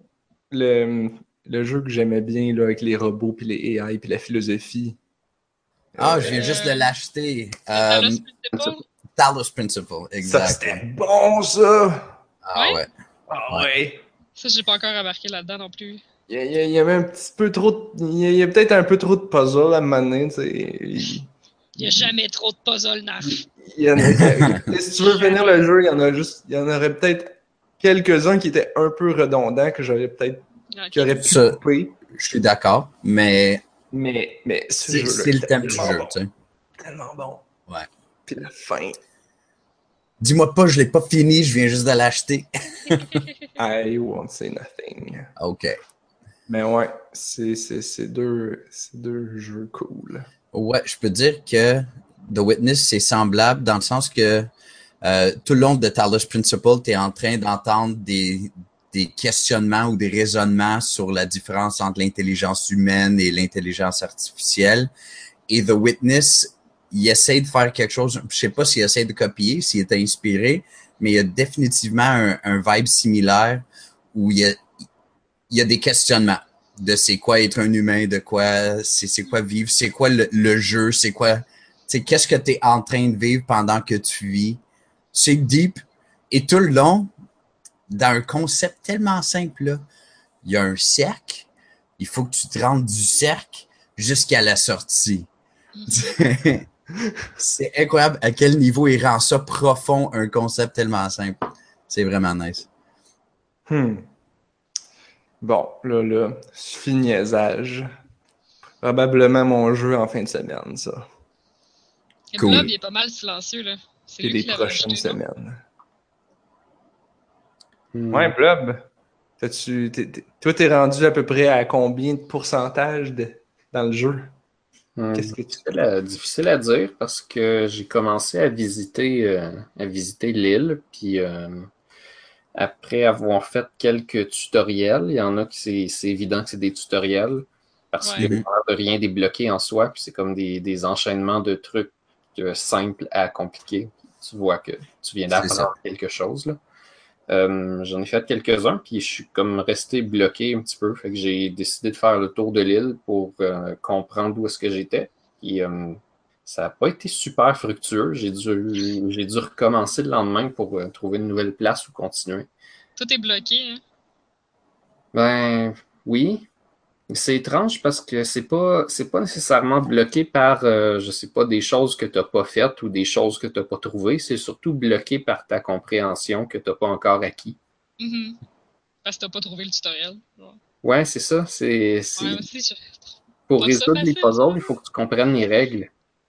A: le jeu que j'aimais bien là, avec les robots, puis les AI, puis la philosophie.
C: Ah, je viens juste de l'acheter. Talos Principle, exact.
A: Ça, c'était bon, ça!
C: Ah ouais.
A: Ah ouais!
D: Ça, j'ai pas encore embarqué là-dedans non plus.
A: Il y avait un petit peu trop il y a peut-être un peu trop de puzzle à un moment donné, tu sais.
D: Il y a jamais trop de puzzle, Naf.
A: Si tu veux finir le jeu, il y en aurait peut-être quelques-uns qui étaient un peu redondants que j'aurais peut-être qui auraient pu couper.
C: Je suis d'accord, mais
A: c'est
C: le thème du jeu, tu sais.
A: Tellement bon.
C: Ouais.
A: Puis la fin.
C: Dis-moi pas, je l'ai pas fini, je viens juste de l'acheter.
A: I won't say nothing.
C: OK.
A: Mais ouais, c'est deux jeux cool.
C: Ouais, je peux dire que The Witness, c'est semblable dans le sens que tout le long de Talos Principle, tu es en train d'entendre des questionnements ou des raisonnements sur la différence entre l'intelligence humaine et l'intelligence artificielle. Et The Witness, il essaie de faire quelque chose, je sais pas s'il essaie de copier, s'il est inspiré, mais il y a définitivement un vibe similaire où il y a des questionnements de c'est quoi être un humain, de quoi c'est quoi vivre, c'est quoi le jeu, c'est quoi, tu sais, qu'est-ce que tu es en train de vivre pendant que tu vis. C'est deep. Et tout le long, dans un concept tellement simple, là, il y a un cercle, il faut que tu te rendes du cercle jusqu'à la sortie. C'est incroyable à quel niveau il rend ça profond, un concept tellement simple. C'est vraiment nice.
A: Bon, là, suffit de niaisage. Probablement mon jeu en fin de semaine, ça.
D: Et
C: Cool.
D: Blob, il est pas mal silencieux, là. C'est
A: Et
D: lui
A: les
D: qui l'avait
A: prochaines
D: ajouté, non?
A: semaines. Ouais, Blob. Toi, t'es rendu à peu près à combien de pourcentage dans le jeu? Qu'est-ce que tu...
B: Difficile à dire parce que j'ai commencé à visiter l'île, puis après avoir fait quelques tutoriels, il y en a qui c'est évident que c'est des tutoriels parce
D: Ouais.
B: qu'il n'y a pas de rien débloqué en soi, puis c'est comme des enchaînements de trucs simples à compliqués. Tu vois que tu viens d'apprendre quelque chose, là. J'en ai fait quelques-uns, puis je suis comme resté bloqué un petit peu. Fait que j'ai décidé de faire le tour de l'île pour comprendre où est-ce que j'étais. Puis ça n'a pas été super fructueux. J'ai dû recommencer le lendemain pour trouver une nouvelle place où continuer.
D: Tout est bloqué, hein?
B: Ben oui. C'est étrange parce que c'est pas nécessairement bloqué par je sais pas des choses que tu n'as pas faites ou des choses que tu n'as pas trouvées. C'est surtout bloqué par ta compréhension que tu n'as pas encore acquis.
D: Mm-hmm. Parce que t'as pas trouvé le tutoriel.
B: Ouais, c'est ça.
D: Ouais,
B: Pour résoudre les puzzles, il faut que tu comprennes les règles.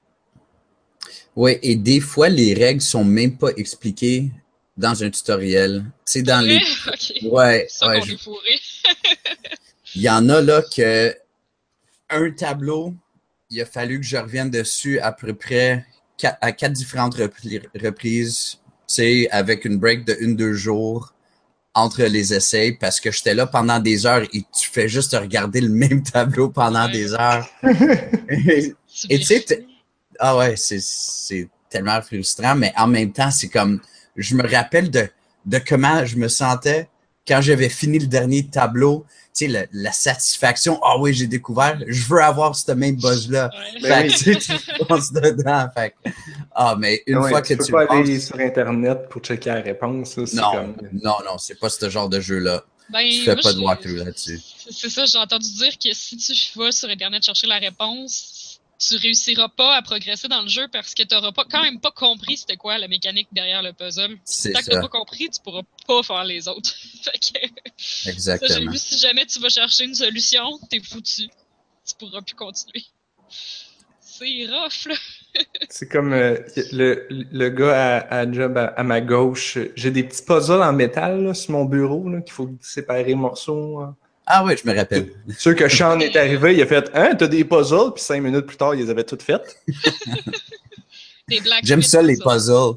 C: Oui, et des fois, les règles sont même pas expliquées dans un tutoriel. C'est dans les...
D: Okay.
C: Ouais,
D: ça qu'on est fourré.
C: Il y en a là que un tableau, il a fallu que je revienne dessus à peu près à 4 différentes reprises, tu sais, avec une break de 1-2 jours entre les essais, parce que j'étais là pendant des heures et tu fais juste regarder le même tableau pendant des heures. Et tu sais, ah ouais, c'est tellement frustrant, mais en même temps, c'est comme, je me rappelle de comment je me sentais quand j'avais fini le dernier tableau. Tu sais, la satisfaction, ah oui, j'ai découvert, je veux avoir ce même buzz-là.
A: Ouais.
C: Fait que tu penses dedans. Fait que, mais une fois que
A: tu
C: tu
A: peux pas aller
C: penses,
A: sur Internet pour checker la réponse. Là,
C: non, c'est pas ce genre de jeu-là.
D: Ben,
C: tu fais pas de walkthrough là-dessus.
D: C'est ça, j'ai entendu dire que si tu vas sur Internet chercher la réponse, tu réussiras pas à progresser dans le jeu parce que t'auras quand même pas compris c'était quoi la mécanique derrière le puzzle. Tant que t'as pas compris, tu pourras pas faire les autres. Fait que,
C: exactement.
D: Ça, j'ai vu, si jamais tu vas chercher une solution, t'es foutu. Tu pourras plus continuer. C'est rough, là.
A: C'est comme le gars à job à ma gauche. J'ai des petits puzzles en métal là, sur mon bureau qu'il faut séparer morceaux.
C: Ah oui, je me rappelle.
A: Sûr que Sean est arrivé, il a fait « Hein, t'as des puzzles? » Puis 5 minutes plus tard, ils les avaient toutes faites.
C: J'aime ça, les puzzles.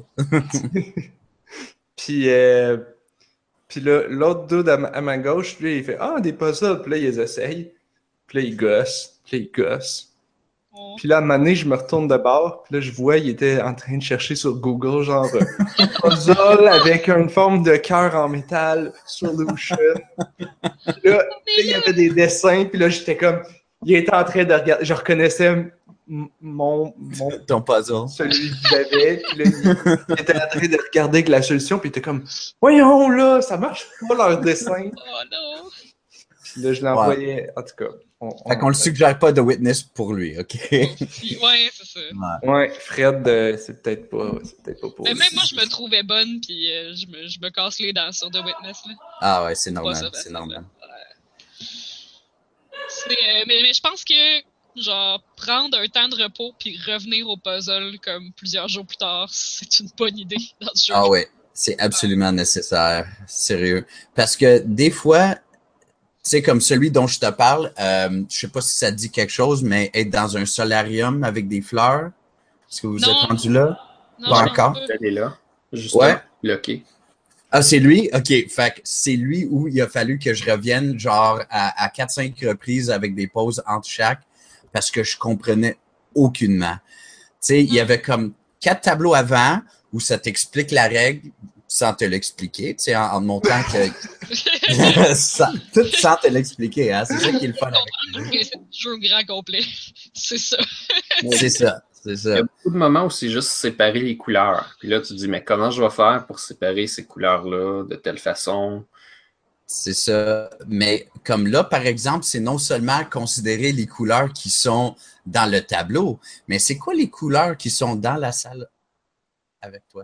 A: Puis là, l'autre dude à ma gauche, lui, il fait « Ah, des puzzles! » Puis là, il les essaye. Puis là, il gosse. Puis là, il gosse. Oh. Puis là, à un moment donné, je me retourne de bord. Puis là, je vois, il était en train de chercher sur Google, genre puzzle avec une forme de cœur en métal, solution. Puis là, il y avait des dessins. Puis là, j'étais comme... Il était en train de regarder... Je reconnaissais
C: ton puzzle.
A: Celui que j'avais. Puis là, il était en train de regarder avec la solution. Puis il était comme... Voyons, là, ça marche pas, leur dessin.
D: Oh non!
A: Puis là, je l'envoyais... En tout cas...
C: Fait qu'on le suggère pas de Witness pour lui, OK?
D: Ouais, c'est ça.
A: Ouais, Fred, c'est peut-être pas pour
D: même moi, je me trouvais bonne, puis je me casse les dents sur The Witness. Là.
C: Ah ouais, c'est normal, c'est normal.
D: Mais je pense que, genre, prendre un temps de repos puis revenir au puzzle comme plusieurs jours plus tard, c'est une bonne idée dans ce jeu.
C: Ah ouais, c'est absolument nécessaire, sérieux. Parce que des fois... Tu sais, comme celui dont je te parle, je sais pas si ça dit quelque chose, mais être dans un solarium avec des fleurs, est-ce que vous êtes rendu là?
D: Non,
C: pas encore?
B: Elle est là, justement, bloqué.
C: Ah, c'est lui? OK, fait que c'est lui où il a fallu que je revienne genre à 4-5 reprises avec des pauses entre chaque parce que je comprenais aucunement. Tu sais, il y avait comme 4 tableaux avant où ça t'explique la règle sans te l'expliquer, tu sais, en montrant que... tout sans te l'expliquer, hein. C'est ça qui est le fun avec
D: le jeu grand complet. C'est ça.
C: C'est ça. Il
B: y a beaucoup de moments où c'est juste séparer les couleurs. Puis là, tu te dis, mais comment je vais faire pour séparer ces couleurs-là de telle façon?
C: C'est ça. Mais comme là, par exemple, c'est non seulement considérer les couleurs qui sont dans le tableau, mais c'est quoi les couleurs qui sont dans la salle avec toi?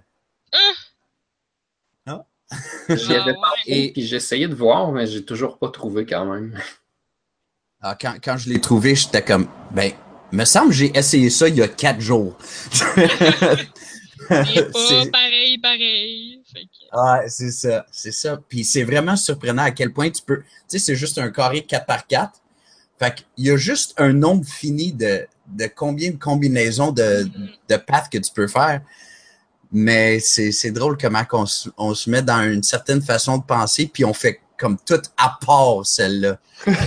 B: J'y avais pensé, puis j'ai essayé de voir, mais j'ai toujours pas trouvé quand même.
C: Ah, quand je l'ai trouvé, j'étais comme, me semble que j'ai essayé ça il y a 4 jours.
D: C'est pas pareil.
C: Ouais, c'est ça. Puis c'est vraiment surprenant à quel point tu peux, tu sais, c'est juste un carré 4x4. Fait qu'il y a juste un nombre fini de de combien de combinaisons de paths que tu peux faire. Mais c'est drôle comment on se met dans une certaine façon de penser, puis on fait comme tout à part celle-là.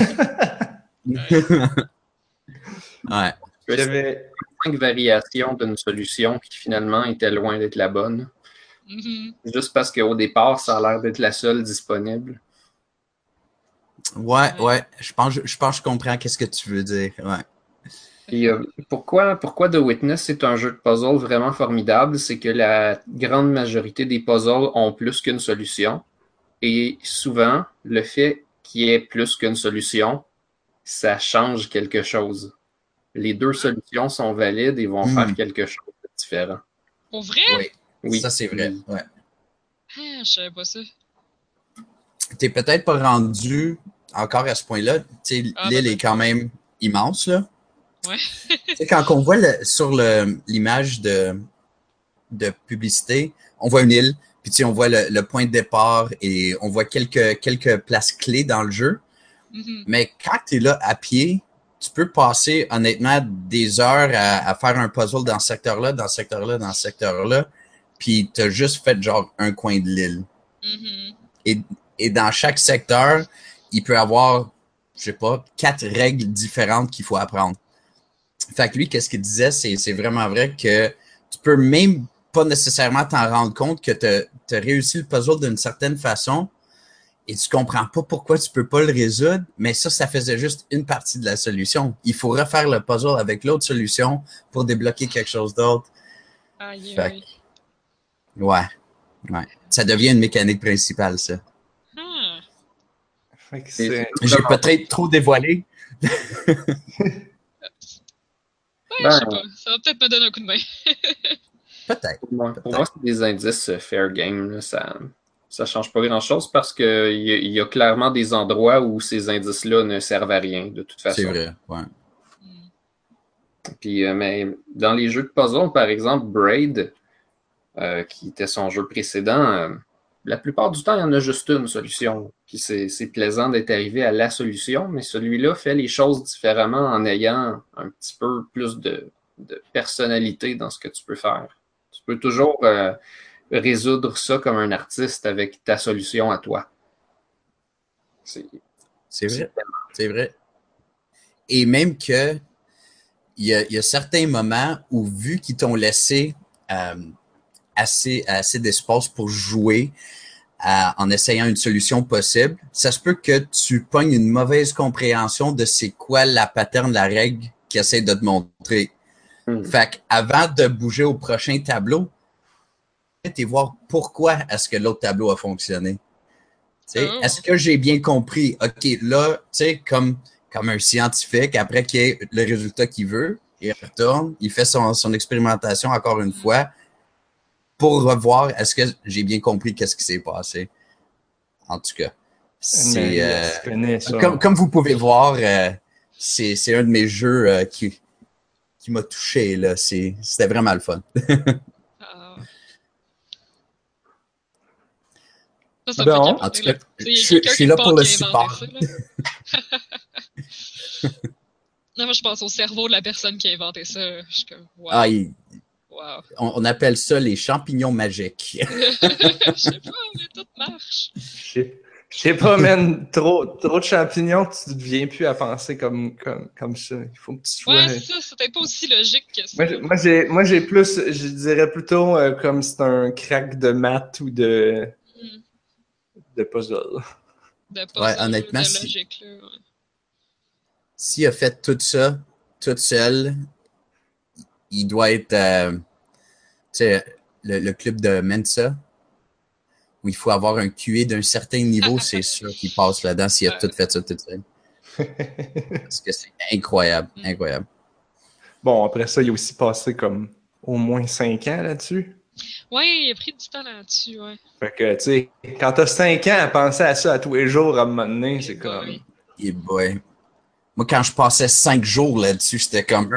C: Ouais.
A: J'avais
B: 5 variations d'une solution qui finalement était loin d'être la bonne. Juste parce qu'au départ, ça a l'air d'être la seule disponible.
C: Ouais. Je pense que je comprends qu'est-ce que tu veux dire. Ouais.
B: Et, pourquoi The Witness est un jeu de puzzle vraiment formidable, c'est que la grande majorité des puzzles ont plus qu'une solution. Et souvent, le fait qu'il y ait plus qu'une solution, ça change quelque chose. Les deux solutions sont valides et vont faire quelque chose de différent.
D: Pour vrai?
C: Oui. Ça, c'est vrai. Ouais.
D: Ah, je savais pas ça.
C: T'es peut-être pas rendu encore à ce point-là. L'île est quand même immense, là.
D: Ouais.
C: Quand on voit sur l'image de publicité, on voit une île, puis on voit le point de départ et on voit quelques places clés dans le jeu. Mais quand tu es là à pied, tu peux passer honnêtement des heures à faire un puzzle dans ce secteur-là, dans ce secteur-là, dans ce secteur-là, puis tu as juste fait genre un coin de l'île. Et dans chaque secteur, il peut y avoir, je sais pas, 4 règles différentes qu'il faut apprendre. Fait que lui, qu'est-ce qu'il disait, c'est vraiment vrai que tu peux même pas nécessairement t'en rendre compte que tu as réussi le puzzle d'une certaine façon et tu comprends pas pourquoi tu peux pas le résoudre, mais ça faisait juste une partie de la solution. Il faut refaire le puzzle avec l'autre solution pour débloquer quelque chose d'autre.
D: Aïe.
C: Ouais. Ça devient une mécanique principale, ça. J'ai peut-être trop dévoilé.
D: Je sais pas. Ça va peut-être me donner un coup de main.
C: Peut-être.
B: Pour moi, c'est des indices fair game. Là. Ça change pas grand-chose parce qu'il y a clairement des endroits où ces indices-là ne servent à rien, de toute façon.
C: C'est vrai, ouais.
B: Puis, mais dans les jeux de puzzle, par exemple, Braid, qui était son jeu précédent, la plupart du temps, il y en a juste une solution. Puis c'est plaisant d'être arrivé à la solution, mais celui-là fait les choses différemment en ayant un petit peu plus de personnalité dans ce que tu peux faire. Tu peux toujours résoudre ça comme un artiste avec ta solution à toi.
C: C'est vrai. Et même que il y a certains moments où, vu qu'ils t'ont laissé assez d'espace pour jouer en essayant une solution possible, ça se peut que tu pognes une mauvaise compréhension de c'est quoi la pattern, la règle qu'ils essaie de te montrer. Fait qu'avant de bouger au prochain tableau, et voir pourquoi est-ce que l'autre tableau a fonctionné. Est-ce que j'ai bien compris? OK, là, tu sais, comme un scientifique, après qu'il ait le résultat qu'il veut, il retourne, il fait son expérimentation encore une fois pour revoir est-ce que j'ai bien compris qu'est-ce qui s'est passé. En tout cas, c'est comme vous pouvez voir, c'est un de mes jeux qui m'a touché là. C'était vraiment le fun.
A: Bon,
C: en tout cas, je suis là pour le support.
D: Non, moi, je pense au cerveau de la personne qui a inventé ça. Je suis comme, wow.
C: Wow. On appelle ça les champignons magiques.
D: Je sais pas, mais tout marche.
A: Je sais pas, man. Trop de champignons, tu ne deviens plus à penser comme ça. Il faut que tu sois...
D: Ouais, c'est ça. C'est peut-être pas aussi logique que ça.
A: Moi, j'ai plus... Je dirais plutôt comme c'est un crack de maths ou de puzzle.
D: De puzzle,
C: ouais, honnêtement,
D: de logique, là. Ouais.
C: S'il a fait tout ça, tout seul, il doit être, tu sais, le club de Mensa, où il faut avoir un QA d'un certain niveau, c'est sûr qu'il passe là-dedans s'il a tout fait ça tout seul. Parce que c'est incroyable.
A: Bon, après ça, il a aussi passé comme au moins 5 ans là-dessus.
D: Ouais, il a pris du temps là-dessus, ouais.
A: Fait que, tu sais, quand t'as 5 ans à penser à ça à tous les jours, à un moment donné, c'est comme...
C: Et boy. Moi, quand je passais 5 jours là-dessus, j'étais comme...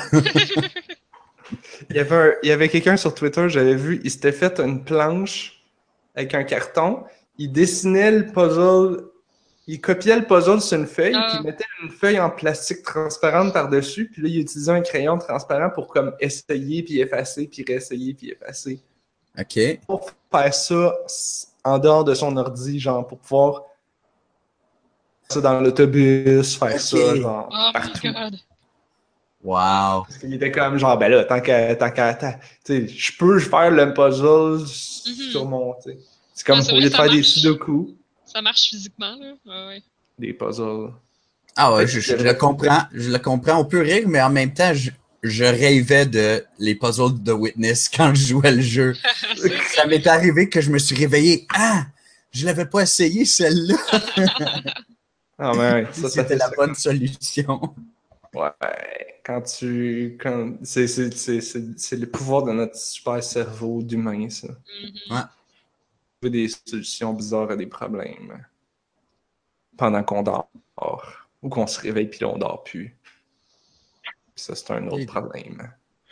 A: Il y avait quelqu'un sur Twitter, j'avais vu, il s'était fait une planche avec un carton. Il dessinait le puzzle il copiait le puzzle sur une feuille,
D: Ah.
A: puis il mettait une feuille en plastique transparente par-dessus, puis là, il utilisait un crayon transparent pour comme essayer, puis effacer, puis réessayer, puis effacer.
C: OK.
A: Pour faire ça en dehors de son ordi, genre, pour pouvoir faire ça dans l'autobus, faire ça, genre,
D: Oh
A: partout.
D: my god.
C: Wow.
A: Parce qu'il était comme, genre, ben là, tant qu'à tu sais, je peux faire le puzzle sur mon, tu sais. C'est comme,
D: Ouais, c'est
A: au
D: vrai,
A: lieu de
D: ça
A: faire des
D: marche.
A: sudoku,
D: Ça marche physiquement, là. Ouais.
A: des puzzles.
C: Ah ouais, je le comprends. Je le comprends. On peut rire, mais en même temps, je rêvais de les puzzles de Witness quand je jouais le jeu. Ça m'est arrivé que je me suis réveillé. Ah! Je l'avais pas essayé, celle-là.
A: Ah, ouais, ça
C: C'était
A: fait
C: la
A: ça.
C: bonne solution.
A: Ouais, quand c'est le pouvoir de notre super cerveau d'humain, ça.
C: Ouais.
A: Trouver des solutions bizarres à des problèmes pendant qu'on dort. Ou qu'on se réveille puis on dort plus. Puis ça, c'est un autre problème.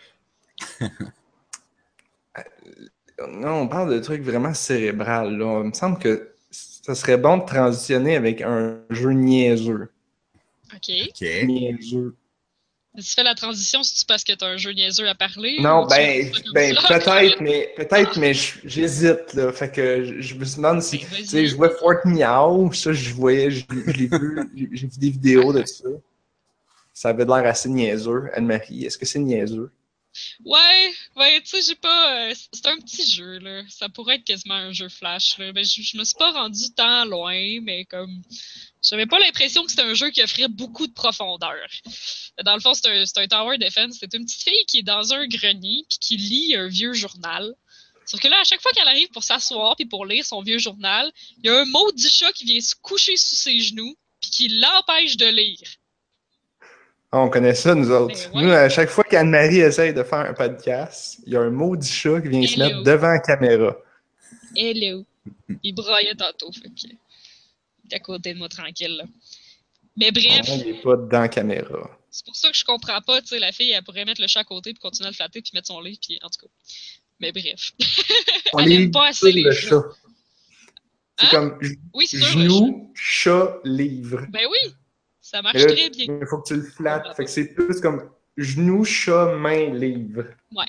A: Non, on parle de trucs vraiment cérébrales, là. Il me semble que ça serait bon de transitionner avec un jeu niaiseux.
D: OK.
A: Niaiseux.
D: Tu fais la transition si tu parce que t'as un jeu niaiseux à parler?
A: Non,
D: ou tu fais ça comme ça?
A: peut-être, mais j'hésite, là. Fait que je me demande si,
D: Ben,
A: tu
D: vas-y.
A: sais, je vois Fort Meow, ça, je l'ai vu, j'ai vu des vidéos de ça. Ça avait l'air assez niaiseux, Anne-Marie. Est-ce que c'est niaiseux?
D: Ouais, tu sais, j'ai pas. C'est un petit jeu, là. Ça pourrait être quasiment un jeu flash, là. Ben, je me suis pas rendu tant loin, mais comme. J'avais pas l'impression que c'était un jeu qui offrait beaucoup de profondeur. Dans le fond, c'est un tower defense. C'est une petite fille qui est dans un grenier puis qui lit un vieux journal. Sauf que là, à chaque fois qu'elle arrive pour s'asseoir puis pour lire son vieux journal, il y a un maudit chat qui vient se coucher sous ses genoux puis qui l'empêche de lire.
A: Ah, on connaît ça, nous autres.
D: Ben ouais.
A: Nous, à chaque fois qu'Anne-Marie essaye de faire un podcast, il y a un maudit chat qui vient se mettre devant la caméra.
D: Hello. Il braillait tantôt, fait que. Il est à côté de moi tranquille, là. Mais bref.
A: Il n'est pas dans la caméra.
D: C'est pour ça que je comprends pas, tu sais, la fille, elle pourrait mettre le chat à côté puis continuer à le flatter puis mettre son livre, puis en tout cas. Mais bref. Elle aime pas assez les chats.
A: C'est comme
D: oui, c'est
A: genou, chat, livre.
D: Ben oui, ça marche
A: là,
D: très bien.
A: Il faut que tu le flattes. Fait que c'est plus comme genou, chat, main, livre.
D: Ouais.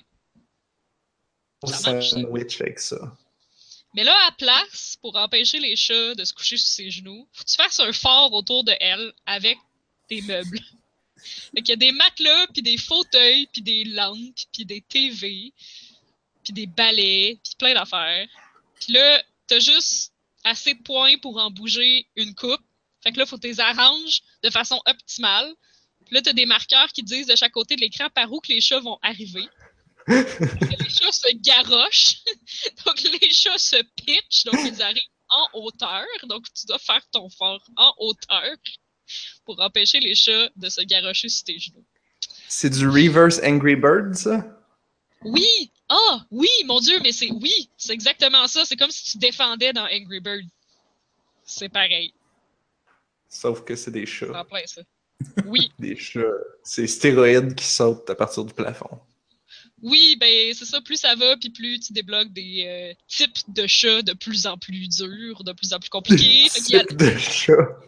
A: Ça marche. Sandwich avec ça.
D: Mais là, à place, pour empêcher les chats de se coucher sur ses genoux, faut que tu fasses un fort autour de elle avec des meubles. Fait qu'il y a des matelas, puis des fauteuils, puis des lampes, puis des TV, puis des balais, puis plein d'affaires. Puis là, t'as juste assez de points pour en bouger une coupe. Fait que là, faut que tu les arranges de façon optimale. Puis là, t'as des marqueurs qui te disent de chaque côté de l'écran par où que les chats vont arriver. Les chats se garochent. Donc, les chats se pitchent. Donc, ils arrivent en hauteur. Donc, tu dois faire ton fort en hauteur pour empêcher les chats de se garrocher sur tes genoux.
A: C'est du reverse Angry Bird, ça?
D: Oui! Ah! Oui, mon Dieu, mais c'est exactement ça. C'est comme si tu défendais dans Angry Bird. C'est pareil.
A: Sauf que c'est des chats.
D: En plein ça. Oui.
A: Des chats. C'est stéroïdes qui sautent à partir du plafond.
D: Oui, ben c'est ça, plus ça va, puis plus tu débloques des types de chats de plus en plus durs, de plus en plus compliqués.
A: Types de chats.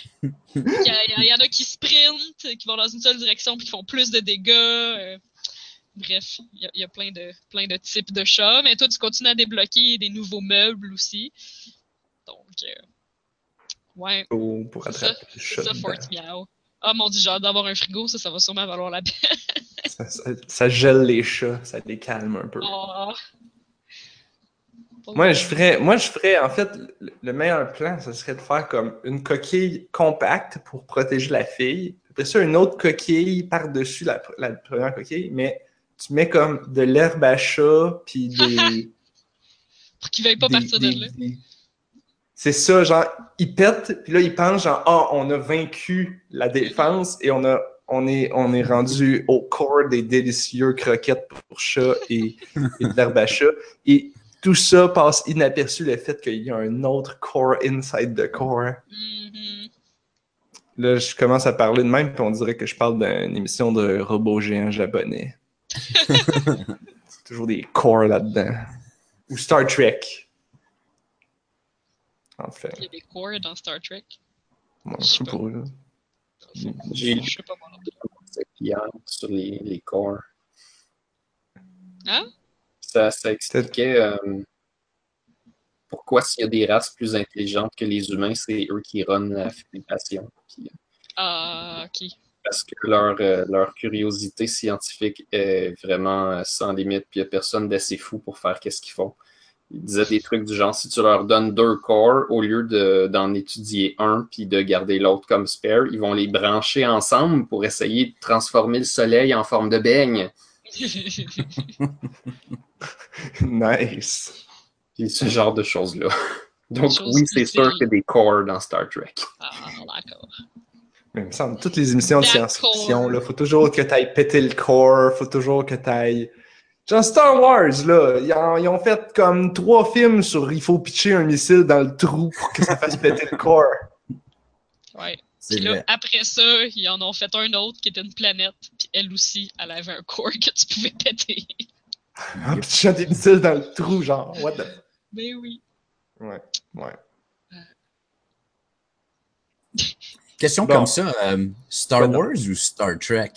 D: Il y en a qui sprintent, qui vont dans une seule direction, puis qui font plus de dégâts. Bref, il y a plein de types de chats, mais toi, tu continues à débloquer des nouveaux meubles aussi. Donc, ouais.
A: Pour attraper les chats.
D: C'est ça, Fort Meow. Ah mon Dieu, j'ai hâte d'avoir un frigo, ça va sûrement valoir la peine.
A: ça gèle les chats, ça les calme un peu.
D: Oh.
A: Moi, je ferais, en fait, le meilleur plan, ce serait de faire comme une coquille compacte pour protéger la fille. Après ça, une autre coquille par-dessus la première coquille, mais tu mets comme de l'herbe à chat, puis des...
D: Pour qu'ils veuillent pas partir de là.
A: C'est ça, genre, ils pètent, puis là, ils pensent, genre, on a vaincu la défense et on est rendu au corps des délicieux croquettes pour chat et de l'herbe à chat. Et tout ça passe inaperçu, le fait qu'il y a un autre core inside the core.
D: Mm-hmm.
A: Là, je commence à parler de même, puis on dirait que je parle d'une émission de robots géants japonais. C'est toujours des cores là-dedans. Ou Star Trek. En fait.
D: Il y a des cores dans Star Trek.
A: Moi,
D: Je sais
A: c'est
D: pas.
A: pour eux.
B: J'ai lu
D: Je sais pas moi non plus.
B: hier sur les corps.
D: Hein?
B: Ça expliquait pourquoi s'il y a des races plus intelligentes que les humains, c'est eux qui runnent la fédération. Puis,
D: Ah, ok.
B: parce que leur curiosité scientifique est vraiment sans limite, puis il n'y a personne d'assez fou pour faire qu'est-ce qu'ils font. Ils disaient des trucs du genre, si tu leur donnes 2 corps, au lieu d'en étudier un puis de garder l'autre comme spare, ils vont les brancher ensemble pour essayer de transformer le soleil en forme de beigne.
A: Nice.
B: Puis ce genre de choses-là. Donc
D: Chose
B: oui, c'est sûr
D: utile.
B: qu'il y a des corps dans Star Trek.
D: Ah, d'accord.
A: Mais il me semble, toutes les émissions de
D: D'accord.
A: science-fiction, là, faut toujours que t'ailles péter le corps, faut toujours que t'ailles... Genre Star Wars, là, ils ont fait comme 3 films sur il faut pitcher un missile dans le trou pour que ça fasse péter le corps.
D: Ouais.
C: C'est
D: Puis là,
C: vrai.
D: après ça, ils en ont fait un autre qui était une planète, puis elle aussi, elle avait un corps que tu pouvais péter.
A: En pitchant des missiles dans le trou, genre, what the...
D: Mais oui.
A: Ouais.
C: Question
A: Bon.
C: comme ça, Star
A: Ben non.
C: Wars ou Star Trek?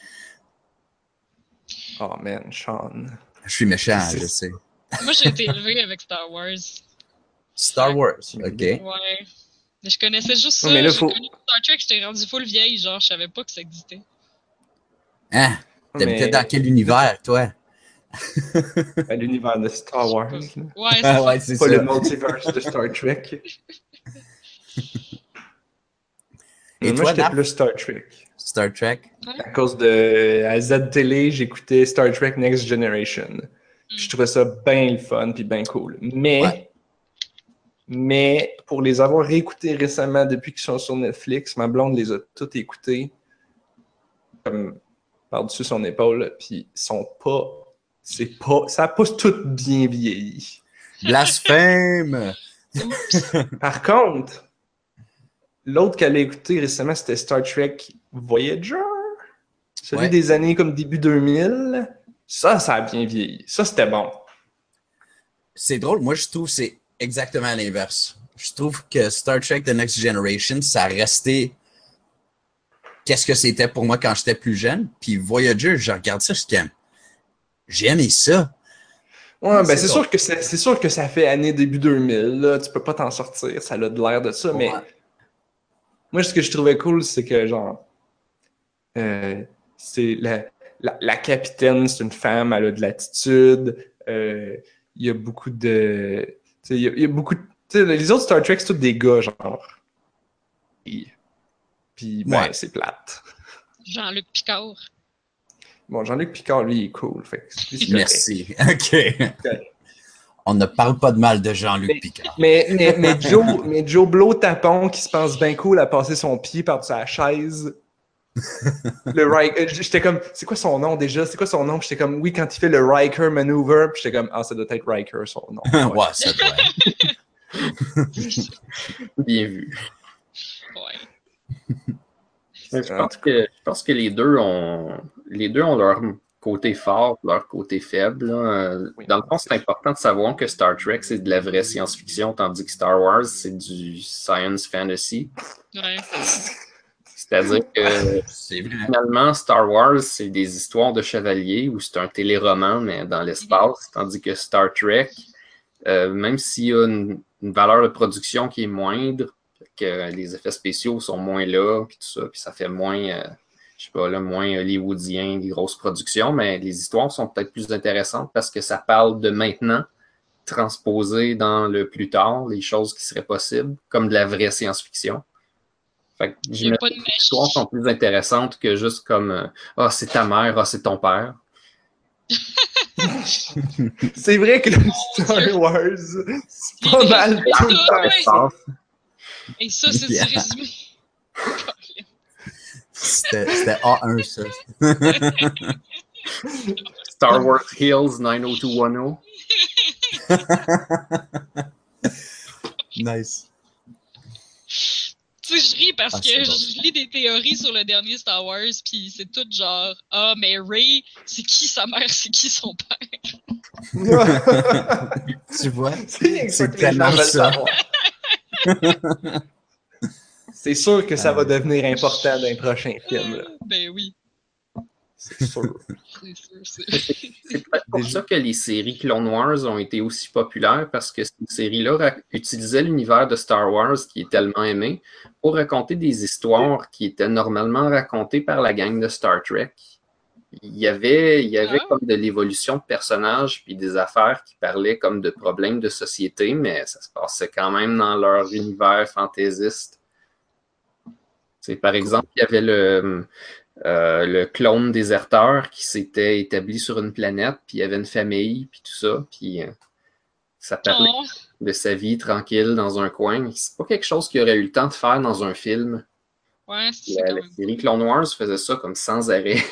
A: Oh man, Sean.
C: Je suis méchant,
A: C'est-
C: je sais.
D: Moi, j'ai été élevée avec Star Wars.
C: Star Wars, ok.
D: Ouais. Mais je connaissais juste ça.
A: Ouais, mais là,
D: J'ai
A: faut-
D: connu Star Trek, j'étais rendu full vieille, genre, je savais pas que ça existait.
C: Hein? T'habitais
A: Mais-
C: dans quel univers, toi?
A: À l'univers de Star Wars, là.
D: Ouais, c'est
C: Ah
D: ça.
C: ouais, c'est
A: Pas
C: ça.
A: le multiverse de Star Trek.
C: Et
A: Moi,
C: toi,
A: j'étais
C: Nap?
A: plus Star Trek.
C: Star Trek?
A: À cause de à Z Télé, j'écoutais Star Trek Next Generation. Puis je trouvais ça bien le fun puis bien cool. Mais pour les avoir réécoutés récemment depuis qu'ils sont sur Netflix, ma blonde les a toutes écoutés comme par-dessus son épaule, puis ils sont pas. Ça a pas tout bien vieilli.
C: Blasphème!
A: Par contre, l'autre qu'elle a écouté récemment, c'était Star Trek Voyager. Celui
C: Ouais.
A: des années comme début 2000. Ça a bien vieilli. Ça, c'était bon.
C: C'est drôle, moi je trouve que c'est exactement l'inverse. Je trouve que Star Trek The Next Generation, ça a resté qu'est-ce que c'était pour moi quand j'étais plus jeune. Puis Voyager, je regarde ça, je suis comme, j'ai aimé ça.
A: Ouais, ben
C: C'est
A: c'est sûr que ça fait année début 2000. Là. Tu peux pas t'en sortir. Ça a de l'air de ça. Mais
C: Ouais.
A: moi, ce que je trouvais cool, c'est que genre... c'est la capitaine, c'est une femme, elle a de l'attitude. Il y a beaucoup de... tu sais, il y a beaucoup de... tu sais, les autres Star Trek, c'est tous des gars, genre. Puis ben,
C: Ouais.
A: c'est plate.
D: Jean-Luc Picard.
A: Bon, Jean-Luc Picard, lui, il est cool. Fait que c'est correct.
C: Merci. OK. On ne parle pas de mal de Jean-Luc Picard.
A: Mais Joe Blow Tapon, qui se pense bien cool à passer son pied par-dessus la chaise... J'étais comme, c'est quoi son nom déjà? C'est quoi son nom? Puis j'étais comme, oui, quand il fait le Riker Maneuver, puis j'étais comme, ah, ça doit être Riker son nom.
C: Ouais, ça doit être.
B: Bien vu.
D: Ouais.
B: Mais je pense que les deux ont leur côté fort, leur côté faible. Là.
A: Oui.
B: Dans le fond, c'est important de savoir que Star Trek, c'est de la vraie science-fiction, tandis que Star Wars, c'est du science fantasy.
D: Ouais.
B: C'est-à-dire que
C: C'est vrai.
B: finalement, Star Wars, c'est des histoires de chevaliers ou c'est un téléroman, mais dans l'espace, tandis que Star Trek, même s'il y a une valeur de production qui est moindre, que les effets spéciaux sont moins là, puis tout ça, puis ça fait moins, je sais pas, là, moins hollywoodien, des grosses productions, mais les histoires sont peut-être plus intéressantes parce que ça parle de maintenant, transposé dans le plus tard, les choses qui seraient possibles, comme de la vraie science-fiction. Fait que
D: Il y a pas de
B: j'imagine que les histoires sont plus intéressantes que juste comme ah, c'est ta mère, ah, c'est ton père.
A: C'est vrai que le Star Wars, c'est pas mal tout le temps.
D: Et ça, c'est
C: Yeah.
D: du résumé.
C: C'était A1, ça.
B: Star Wars Hills 90210.
C: Nice.
D: Tu sais, je ris parce
C: Ah,
D: que
C: c'est bon.
D: je lis des théories sur le dernier Star Wars, puis c'est tout genre, ah, mais Rey, c'est qui sa mère, c'est qui son père?
C: Tu vois?
A: C'est
C: C'est
A: que les gens
C: tellement
A: veulent
C: ça.
A: savoir. C'est sûr que ça va devenir important dans les prochains films. Là.
D: Ben oui.
A: C'est sûr.
D: C'est sûr,
B: C'est peut-être pour ça que les séries Clone Wars ont été aussi populaires, parce que ces séries-là utilisaient l'univers de Star Wars qui est tellement aimé pour raconter des histoires qui étaient normalement racontées par la gang de Star Trek. Il y avait comme de l'évolution de personnages puis des affaires qui parlaient comme de problèmes de société, mais ça se passait quand même dans leur univers fantaisiste. C'est, par exemple, il y avait le clone déserteur qui s'était établi sur une planète, puis il y avait une famille, puis tout ça, puis ça parlait de sa vie tranquille dans un coin. C'est pas quelque chose qu'il aurait eu le temps de faire dans un film.
D: Ouais,
B: La série Clone Wars faisait ça comme sans arrêt.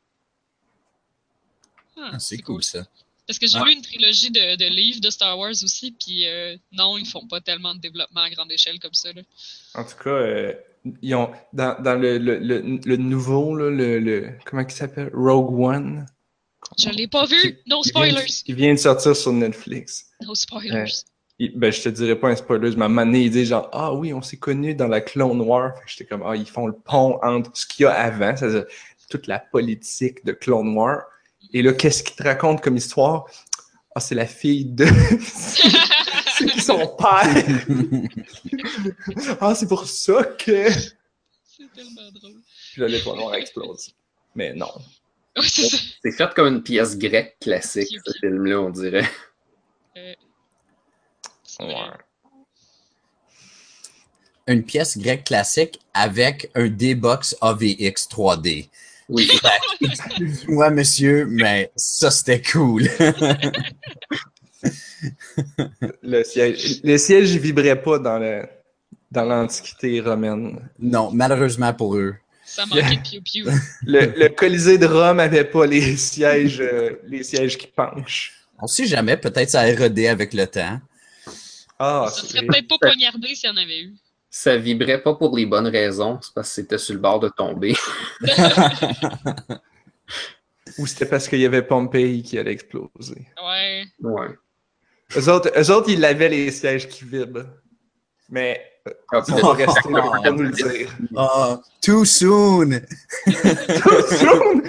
C: C'est cool, ça.
D: Parce que j'ai lu une trilogie de livres de Star Wars aussi, puis non, ils font pas tellement de développement à grande échelle comme ça. Là.
A: En tout cas, ils ont dans le nouveau, là, comment il s'appelle? Rogue One.
D: Je l'ai pas vu! No spoilers!
A: Il vient de sortir sur Netflix.
D: No spoilers.
A: Je te dirais pas un spoiler, mais à un moment donné, il dit genre, ah oui, on s'est connus dans la Clone War. Fait que j'étais comme, ils font le pont entre ce qu'il y a avant, c'est-à-dire toute la politique de Clone War. Et là, qu'est-ce qu'il te raconte comme histoire? Ah, c'est la fille de... c'est qui son père? Ah, c'est pour ça que...
D: C'est tellement drôle.
A: Puis là, l'étoile noire explose. Mais non.
D: Ouais, c'est ça.
B: C'est fait comme une pièce grecque classique, ce film-là, on dirait.
A: Ouais.
C: Une pièce grecque classique avec un D-Box AVX 3D.
B: Oui.
C: Excuse-moi, monsieur, mais ça, c'était cool.
A: Le siège, il vibrait pas dans l'Antiquité romaine.
C: Non, malheureusement pour eux.
D: Ça manquait de piou-piou.
A: Le Colisée de Rome avait pas les sièges qui penchent.
C: On sait jamais, peut-être ça a érodé avec le temps.
A: Ah,
D: ça serait peut-être pas poignardé s'il y en avait eu.
B: Ça vibrait pas pour les bonnes raisons, c'est parce que c'était sur le bord de tomber.
A: Ou c'était parce qu'il y avait Pompéi qui allait exploser.
D: Ouais.
A: Eux autres, ils avaient les sièges qui vibrent. Mais ça va rester là pour nous le dire.
C: Oh, too soon!
A: Too soon!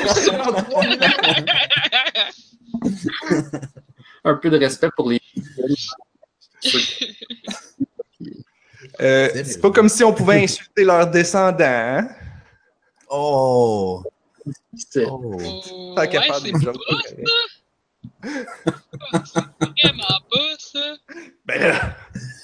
B: Un peu de respect pour les...
A: c'est pas comme si on pouvait insulter leurs descendants. Hein?
C: Oh!
A: Pas capable
D: c'est
A: de
D: pas ça! C'est vraiment pas ça!
A: Ben là!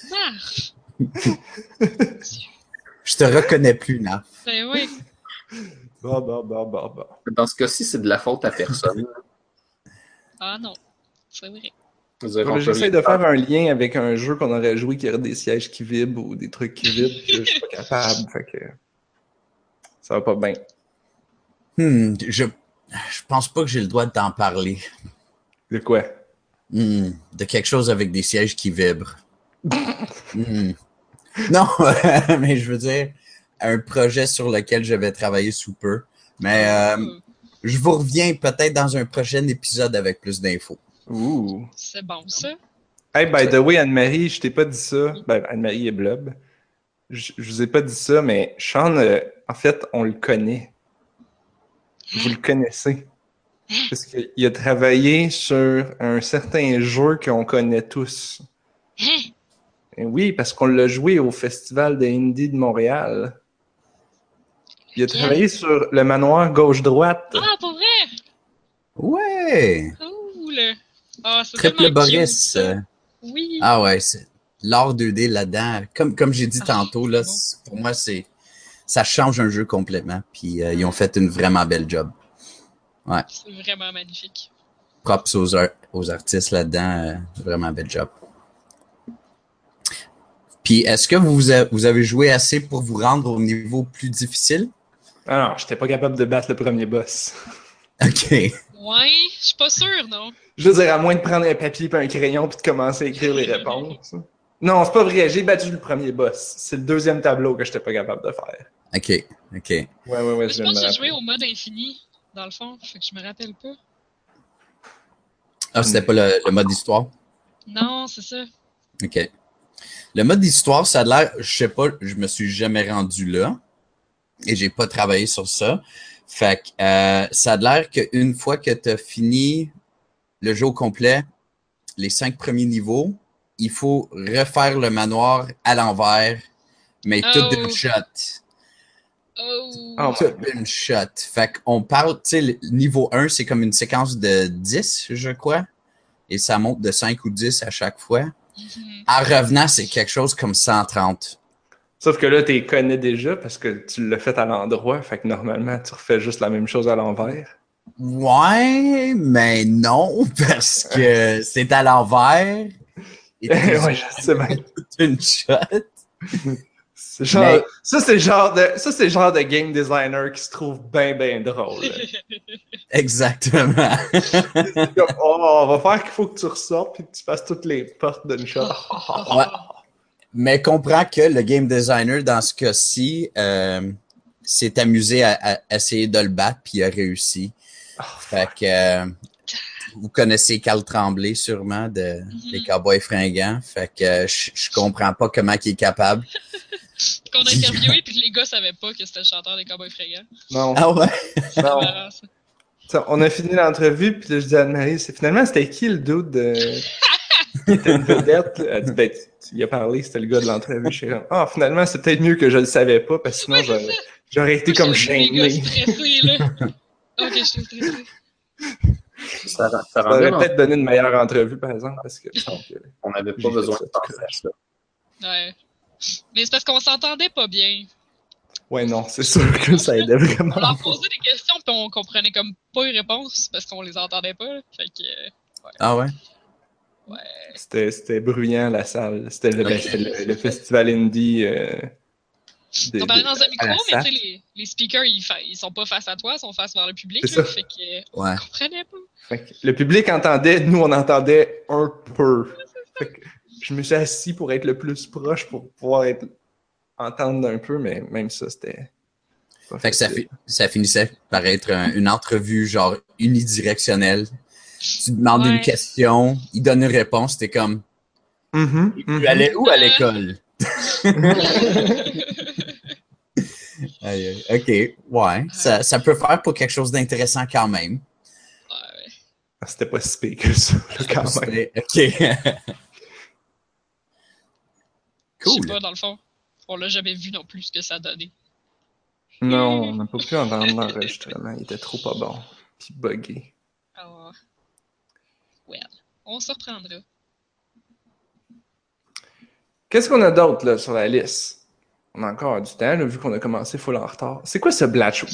C: Je te reconnais plus, Naf.
D: Ben oui.
A: Bah.
B: Dans ce cas-ci, c'est de la faute à personne.
D: Ah non, c'est vrai.
A: J'essaie de faire un lien avec un jeu qu'on aurait joué qui aurait des sièges qui vibrent ou des trucs qui vibrent. Puis là, je suis pas capable, fait que ça va pas bien.
C: Je pense pas que j'ai le droit d'en parler.
A: De quoi?
C: De quelque chose avec des sièges qui vibrent. Non, mais je veux dire, un projet sur lequel je vais travailler sous peu. Mais je vous reviens peut-être dans un prochain épisode avec plus d'infos.
A: Ouh.
D: C'est bon, ça.
A: Hey, by the way, Anne-Marie, je t'ai pas dit ça. Ben, Anne-Marie et Blob. Je vous ai pas dit ça, mais Sean, en fait, on le connaît. Vous le connaissez. Parce qu'il a travaillé sur un certain jeu qu'on connaît tous. Et oui, parce qu'on l'a joué au Festival de Indie de Montréal. Il a travaillé sur le manoir gauche-droite.
D: Ah, pour vrai?
C: Ouais!
D: Cool! Ah, c'est
C: Triple
D: tellement
C: Boris.
D: cute, oui.
C: Ah ouais, c'est l'art 2D là-dedans. Comme j'ai dit tantôt, là, pour moi, ça change un jeu complètement. Puis ils ont fait une vraiment belle job. Ouais.
D: C'est vraiment magnifique.
C: Props aux artistes là-dedans. Vraiment bel job. Puis, est-ce que vous avez joué assez pour vous rendre au niveau plus difficile?
A: Ah non, j'étais pas capable de battre le premier boss.
C: OK.
D: Ouais, je suis pas sûre, non.
A: Je veux dire, à moins de prendre un papier et un crayon puis de commencer à écrire les réponses. Non, c'est pas vrai, j'ai battu le premier boss. C'est le deuxième tableau que j'étais pas capable de faire.
C: OK.
A: Ouais,
D: Je pense que j'ai joué au mode infini, dans le fond, fait que je me rappelle pas.
C: Ah, c'était pas le mode histoire?
D: Non, c'est ça.
C: OK. Le mode d'histoire, ça a l'air, je sais pas, je me suis jamais rendu là et j'ai pas travaillé sur ça. Fait que ça a l'air qu'une fois que tu as fini le jeu au complet, les 5 premiers niveaux, il faut refaire le manoir à l'envers, mais tout d'une shot. Tout d'une shot. Fait qu'on parle, tu sais, le niveau 1, c'est comme une séquence de 10, je crois, et ça monte de 5 ou 10 à chaque fois. En revenant, c'est quelque chose comme 130.
A: Sauf que là, tu les connais déjà parce que tu l'as fait à l'endroit, fait que normalement, tu refais juste la même chose à l'envers.
C: Ouais, mais non, parce que c'est à l'envers. Et
A: ouais, je sais bien.
C: Une shot.
A: C'est genre, ça, c'est le genre de game designer qui se trouve bien drôle.
C: Exactement.
A: C'est comme, on va faire qu'il faut que tu ressortes puis que tu fasses toutes les portes d'une shot.
C: Ouais. Mais comprends que le game designer, dans ce cas-ci, s'est amusé à essayer de le battre puis il a réussi. Fait que vous connaissez Carl Tremblay sûrement des Cowboys fringants. Fait que je comprends pas comment il est capable.
D: Qu'on a interviewé puis que les gars savaient pas que c'était le chanteur des Cowboys fringants.
A: Non.
C: Ah ouais?
A: Non. Ça, on a fini l'entrevue puis là, je dis à Anne-Marie, c'était qui le dude qui était une vedette? Là? Elle dit, ben, il a parlé, c'était le gars de l'entrevue. Je suis comme, finalement, c'est peut-être mieux que je le savais pas parce que sinon, j'aurais été comme gêné.
D: Stressé, là. Ok, je suis stressé.
B: Ça
A: aurait peut-être donné une meilleure entrevue, par exemple, parce que
B: on n'avait pas besoin de penser à ça.
D: Ouais. Mais c'est parce qu'on s'entendait pas bien.
A: Ouais, non, c'est sûr que ça aidait vraiment.
D: On leur posait des questions puis on comprenait comme pas les réponses parce qu'on les entendait pas. Fait que, ouais.
C: Ah ouais?
D: Ouais.
A: C'était bruyant, la salle. C'était le festival indie.
D: On parlait dans un micro, mais tu sais, les speakers, ils sont pas face à toi, ils sont face vers le public. Là, fait que on comprenait pas.
A: Fait que le public entendait, nous, on entendait un peu. Fait que je me suis assis pour être le plus proche, pour pouvoir entendre un peu, mais même ça, c'était...
C: Fait que ça finissait par être une entrevue genre unidirectionnelle. Tu demandes une question, il donne une réponse, t'es comme... Tu allais où à l'école? OK, ouais. Ça peut faire pour quelque chose d'intéressant quand même.
D: Ouais.
A: C'était pas si pire que ça, quand même.
C: OK. Cool.
D: Je sais pas, dans le fond. On l'a jamais vu non plus ce que ça a donné.
A: Non, on n'a pas pu entendre l'enregistrement. Il était trop pas bon. Puis buggé.
D: Oh. Well, on se reprendra.
A: Qu'est-ce qu'on a d'autre là sur la liste? On a encore du temps, là, vu qu'on a commencé full en retard. C'est quoi ce Black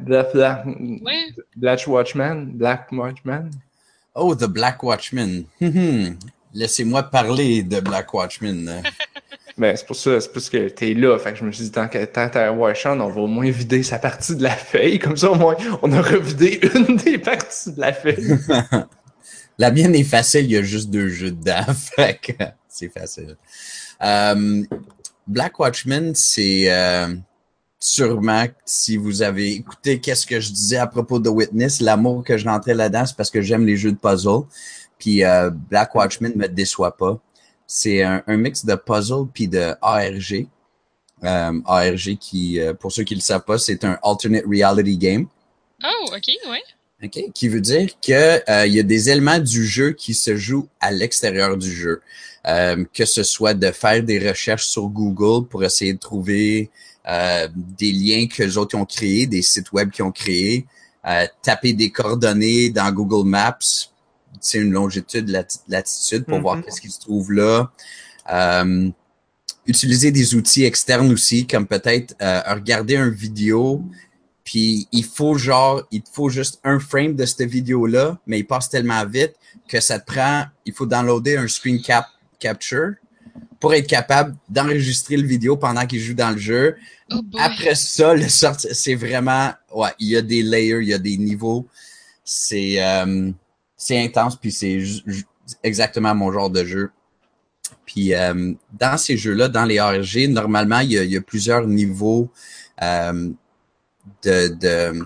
A: Watchman?
C: Oh, The Black Watchman. Laissez-moi parler de Black Watchman.
A: Ben, c'est pour ça, c'est parce que t'es là. Fait que je me suis dit, tant t'as Watchman, on va au moins vider sa partie de la feuille. Comme ça, au moins, on aura vidé une des parties de la feuille.
C: La mienne est facile, il y a juste 2 jeux dedans. Fait que c'est facile. Black Watchman, c'est sûrement, si vous avez écouté qu'est-ce que je disais à propos de Witness, l'amour que je rentrais là-dedans, c'est parce que j'aime les jeux de puzzle. Puis Black Watchman me déçoit pas. C'est un mix de puzzle puis de ARG. ARG qui, pour ceux qui le savent pas, c'est un alternate reality game.
D: Oh, OK, ouais.
C: OK, qui veut dire que il y a des éléments du jeu qui se jouent à l'extérieur du jeu. Que ce soit de faire des recherches sur Google pour essayer de trouver des liens que les autres ont créés, des sites web qu'ils ont créés, taper des coordonnées dans Google Maps, c'est une longitude, latitude pour voir qu'est-ce qui se trouve là. Utiliser des outils externes aussi, comme peut-être regarder une vidéo, puis il faut juste un frame de cette vidéo-là, mais il passe tellement vite que ça te prend, il faut downloader un screen capture pour être capable d'enregistrer le vidéo pendant qu'il joue dans le jeu.
D: Oh
C: Après ça, c'est vraiment, il y a des layers, il y a des niveaux. C'est intense, puis c'est exactement mon genre de jeu. Puis dans ces jeux-là, dans les ARG, normalement, il y a plusieurs niveaux de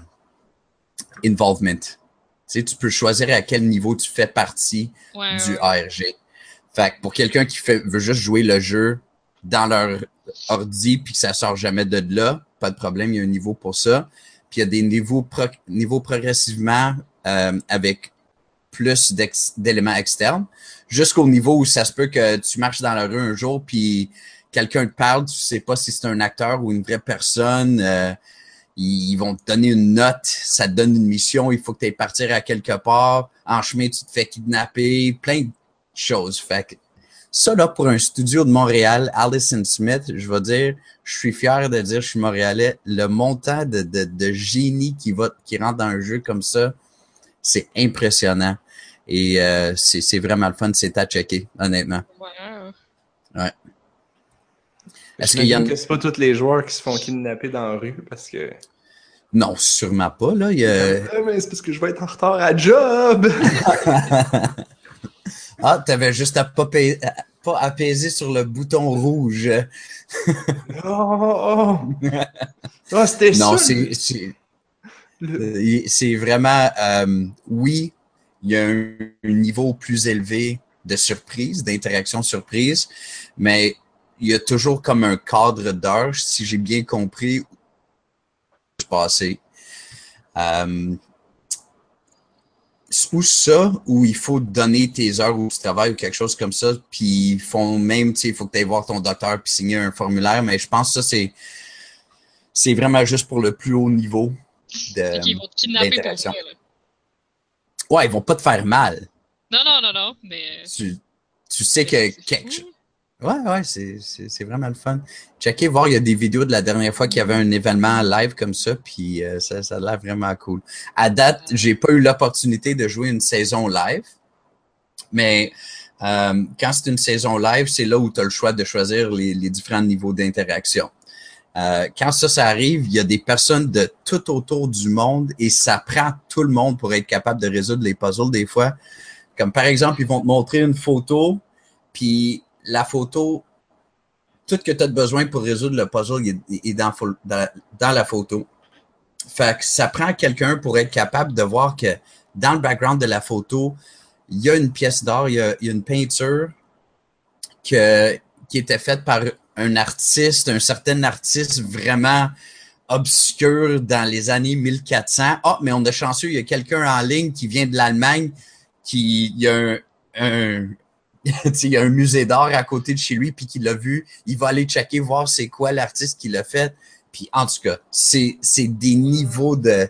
C: involvement. Tu sais, tu peux choisir à quel niveau tu fais partie du ARG. Fait que pour quelqu'un qui veut juste jouer le jeu dans leur ordi puis que ça sort jamais de là, pas de problème, il y a un niveau pour ça. Puis il y a des niveaux progressivement avec plus d'éléments externes, jusqu'au niveau où ça se peut que tu marches dans la rue un jour puis quelqu'un te parle, tu sais pas si c'est un acteur ou une vraie personne. Ils vont te donner une note, ça te donne une mission, il faut que tu ailles partir à quelque part. En chemin, tu te fais kidnapper, plein de choses. Fait que ça, là, pour un studio de Montréal, Allison Smith, je vais dire, je suis fier de dire, je suis montréalais, le montant de génie qui rentre dans un jeu comme ça, c'est impressionnant. Et c'est vraiment le fun, c'est à checker, honnêtement. Ouais.
A: Est-ce qu'il y a que c'est pas tous les joueurs qui se font kidnapper dans la rue parce que...
C: Non, sûrement pas, là.
A: Mais c'est parce que je vais être en retard à job!
C: Ah, t'avais juste à pas apaiser sur le bouton rouge.
A: Oh, c'était ça!
C: Non, c'est vraiment... oui, il y a un niveau plus élevé de surprise, d'interaction surprise, mais il y a toujours comme un cadre d'heure, si j'ai bien compris, passé. Ou ça, où il faut donner tes heures où tu travailles ou quelque chose comme ça, puis ils font même, tu sais, il faut que tu ailles voir ton docteur puis signer un formulaire, mais je pense que ça, c'est vraiment juste pour le plus haut niveau
D: ils vont te kidnapper pour ça, là.
C: Ouais, ils vont pas te faire mal.
D: Non, mais...
C: Tu sais que quelque chose... Ouais, c'est vraiment le fun. Checker, voir, il y a des vidéos de la dernière fois qu'il y avait un événement live comme ça, puis ça a l'air vraiment cool. À date, j'ai pas eu l'opportunité de jouer une saison live, mais quand c'est une saison live, c'est là où tu as le choix de choisir les différents niveaux d'interaction. Quand ça arrive, il y a des personnes de tout autour du monde et ça prend tout le monde pour être capable de résoudre les puzzles des fois. Comme par exemple, ils vont te montrer une photo, puis la photo, tout ce que tu as besoin pour résoudre le puzzle est dans la photo. Fait que ça prend quelqu'un pour être capable de voir que dans le background de la photo, il y a une pièce d'art, il y a une peinture qui était faite par un certain artiste vraiment obscur dans les années 1400. Ah, mais on est chanceux, il y a quelqu'un en ligne qui vient de l'Allemagne, il y a il y a un musée d'art à côté de chez lui, puis qu'il l'a vu, il va aller checker, voir c'est quoi l'artiste qui l'a fait. Puis en tout cas, c'est des niveaux de...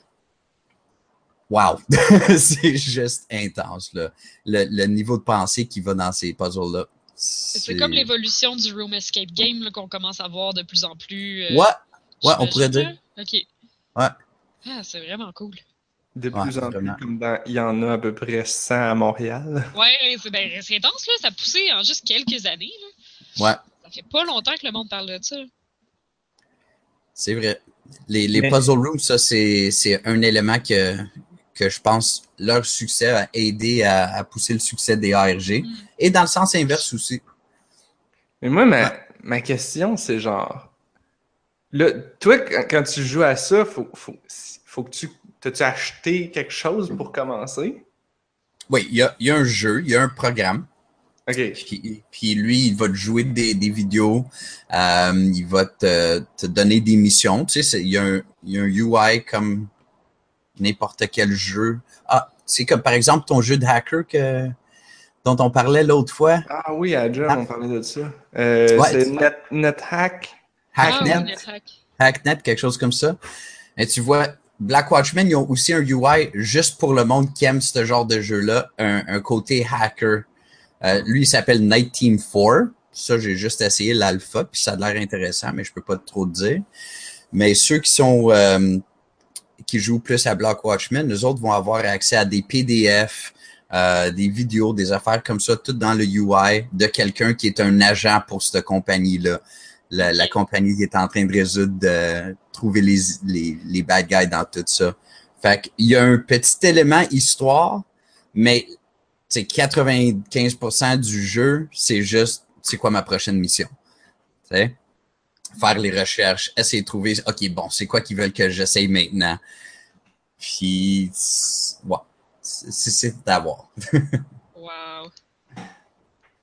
C: Wow! C'est juste intense, là. Le niveau de pensée qui va dans ces puzzles-là.
D: C'est comme l'évolution du Room Escape Game là, qu'on commence à voir de plus en plus.
C: Ouais, on pourrait dire.
D: OK.
C: Ouais.
D: Ah, c'est vraiment cool.
A: De plus en plus, comme il y en a à peu près 100 à Montréal.
D: Ouais, c'est intense, là. Ça a poussé en juste quelques années, là.
C: Ouais.
D: Ça fait pas longtemps que le monde parle de ça.
C: C'est vrai. Les puzzle rooms, ça, c'est un élément que je pense leur succès a aidé à pousser le succès des ARG. Et dans le sens inverse aussi.
A: Mais moi, ma question, c'est genre... Là, toi, quand tu joues à ça, faut que tu... T'as-tu acheté quelque chose pour commencer?
C: Oui, il y a un jeu, il y a un programme.
A: OK.
C: Puis lui, il va te jouer des vidéos. Il va te donner des missions. Tu sais, il y a un UI comme n'importe quel jeu. Ah, c'est comme par exemple ton jeu de hacker dont on parlait l'autre fois.
A: Ah oui, à Job, on parlait de ça.
C: Ouais,
A: c'est NetHack.
C: Hacknet. Hacknet, quelque chose comme ça. Et tu vois, Black Watchmen, ils ont aussi un UI juste pour le monde qui aime ce genre de jeu-là, un côté hacker. Lui, il s'appelle Night Team 4. Ça, j'ai juste essayé l'alpha, puis ça a l'air intéressant, mais je peux pas trop te dire. Mais ceux qui jouent plus à Black Watchmen, les autres vont avoir accès à des PDF, des vidéos, des affaires comme ça, tout dans le UI de quelqu'un qui est un agent pour cette compagnie-là. La compagnie qui est en train de résoudre, de trouver les bad guys dans tout ça. Fait qu'il y a un petit élément histoire, mais 95% du jeu, c'est juste, c'est quoi ma prochaine mission? T'sais? Faire les recherches, essayer de trouver, OK, bon, c'est quoi qu'ils veulent que j'essaye maintenant? Puis, ouais, c'est d'avoir.
D: Wow.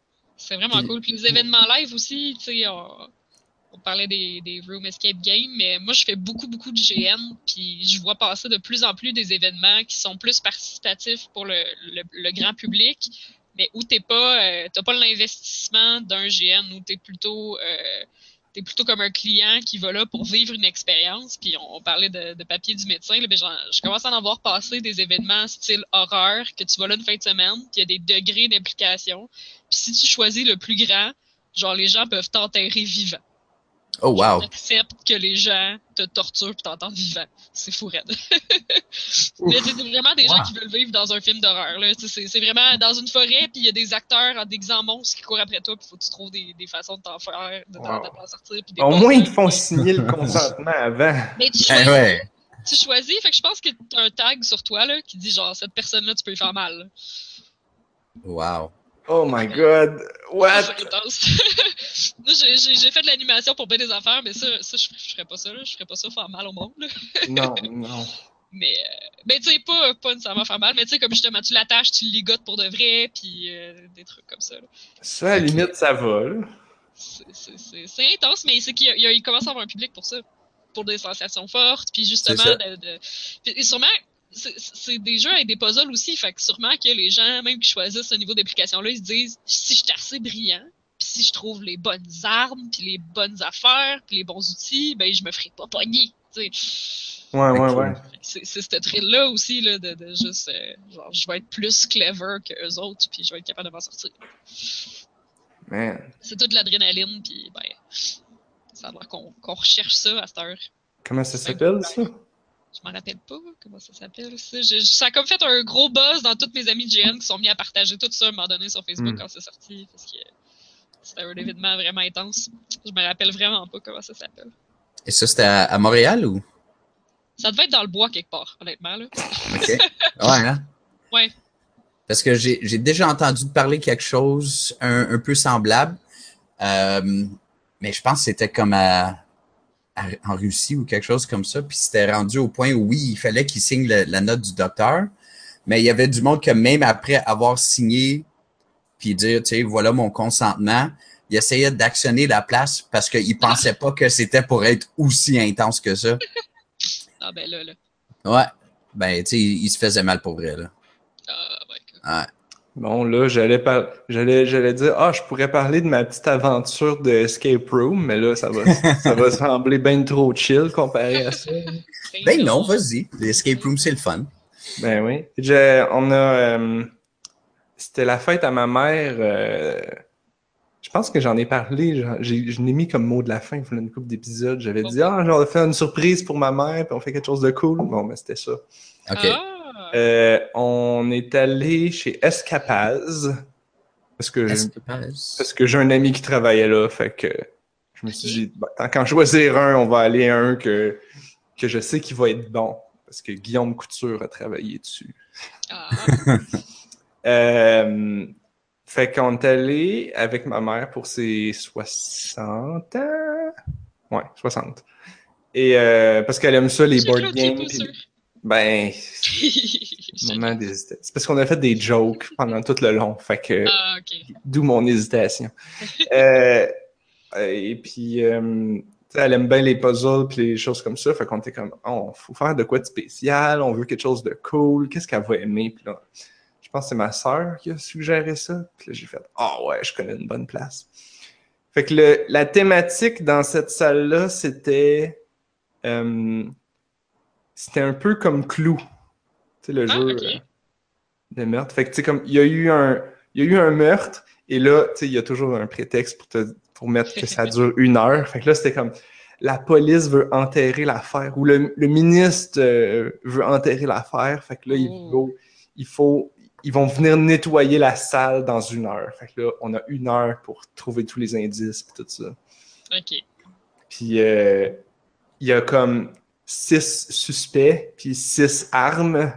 D: C'est vraiment cool. Puis les événements live aussi, tu sais, on parlait des Room Escape Games, mais moi, je fais beaucoup de GN, puis je vois passer de plus en plus des événements qui sont plus participatifs pour le grand public, mais où t'as pas l'investissement d'un GN, où t'es plutôt comme un client qui va là pour vivre une expérience. Puis on parlait de papier du médecin. Là, ben je commence à en voir passer des événements style horreur, que tu vas là une fin de semaine, puis il y a des degrés d'implication. Puis si tu choisis le plus grand, genre les gens peuvent t'enterrer vivant.
C: Oh, wow.
D: Accepte que les gens te torturent et t'entendent vivant. C'est fou raide. Mais c'est vraiment des gens qui veulent vivre dans un film d'horreur. Là. C'est vraiment dans une forêt, puis il y a des acteurs en déguisant monstres qui courent après toi, puis il faut que tu trouves des façons de t'en faire, de t'en sortir. Puis
A: au moins, ils te font signer le consentement avant.
D: Mais tu choisis, fait que je pense que tu as un tag sur toi là, qui dit genre, cette personne-là, tu peux lui faire mal. Là.
C: Wow.
A: Oh my god, what?
D: J'ai fait de l'animation pour bien des affaires, mais ça je ferais pas ça, là. Je ferais pas ça faire mal au monde, là.
A: Non.
D: Mais tu sais, pas nécessairement faire mal, mais tu sais, comme justement, tu l'attaches, tu le ligotes pour de vrai, puis des trucs comme ça, là. Ça,
A: à la limite, ça va, là.
D: C'est intense, mais c'est qu'il commence à avoir un public pour ça. Pour des sensations fortes, puis justement, et sûrement, c'est des jeux avec des puzzles aussi, fait que sûrement que les gens, même qui choisissent ce niveau d'implication-là, ils se disent, si je suis assez brillant, puis si je trouve les bonnes armes, puis les bonnes affaires, puis les bons outils, ben je me ferai pas pogner, tu sais.
A: Ouais.
D: C'est ce thrill-là aussi, là, de juste, genre, je vais être plus clever que eux autres, puis je vais être capable de m'en sortir.
A: Man.
D: C'est toute de l'adrénaline, puis ben, ça a l'air qu'on recherche ça à cette heure.
A: Comment ça s'appelle, ça?
D: Je m'en rappelle pas comment ça s'appelle. Ça a comme fait un gros buzz dans toutes mes amies de GN qui sont mis à partager tout ça à un moment donné sur Facebook quand c'est sorti, parce que c'était un événement vraiment intense. Je me rappelle vraiment pas comment ça s'appelle.
C: Et ça, c'était à Montréal ou?
D: Ça devait être dans le bois quelque part, honnêtement. Là.
C: OK. Ouais, hein?
D: Ouais.
C: Parce que j'ai déjà entendu parler quelque chose un peu semblable, mais je pense que c'était comme en Russie ou quelque chose comme ça, puis c'était rendu au point où, oui, il fallait qu'il signe la note du docteur, mais il y avait du monde que même après avoir signé, puis dire, tu sais, voilà mon consentement, il essayait d'actionner la place parce qu'il pensait pas que c'était pour être aussi intense que ça.
D: Ah ben là.
C: Ouais, ben, tu sais, il se faisait mal pour vrai, là.
D: Ouais.
A: Bon, là, j'allais dire, je pourrais parler de ma petite aventure de Escape Room, mais là, ça va sembler bien trop chill comparé à ça.
C: Ben non, vas-y. L'escape room, c'est le fun.
A: Ben oui. C'était la fête à ma mère. Je pense que j'en ai parlé. Je l'ai mis comme mot de la fin pour une couple d'épisodes. J'avais dit, on va faire une surprise pour ma mère, puis on fait quelque chose de cool. Bon, ben c'était ça.
C: OK.
A: On est allé chez Escapaz parce que j'ai un ami qui travaillait là, fait que je me suis dit, tant qu'en choisir un, on va aller à un que je sais qu'il va être bon, parce que Guillaume Couture a travaillé dessus. Fait qu'on est allé avec ma mère pour ses 60 ans. Ouais, 60. Et parce qu'elle aime ça, les board games. Ben, moment d'hésitation. C'est parce qu'on a fait des jokes pendant tout le long, fait que d'où mon hésitation. Et puis, elle aime bien les puzzles puis les choses comme ça, fait qu'on était comme, faut faire de quoi de spécial, on veut quelque chose de cool, qu'est-ce qu'elle va aimer? Puis là, je pense que c'est ma sœur qui a suggéré ça, puis là j'ai fait, ouais, je connais une bonne place. Fait que la thématique dans cette salle-là, c'était un peu comme Clou. Tu sais, le jeu de meurtre. Fait que, tu sais, comme, il y a eu un meurtre, et là, tu sais, il y a toujours un prétexte pour mettre que ça dure 1 heure. Fait que là, c'était comme, la police veut enterrer l'affaire, ou le ministre veut enterrer l'affaire. Fait que là, ils vont venir nettoyer la salle dans 1 heure. Fait que là, on a 1 heure pour trouver tous les indices et tout ça.
D: OK.
A: Puis, il y a comme 6 suspects, puis 6 armes.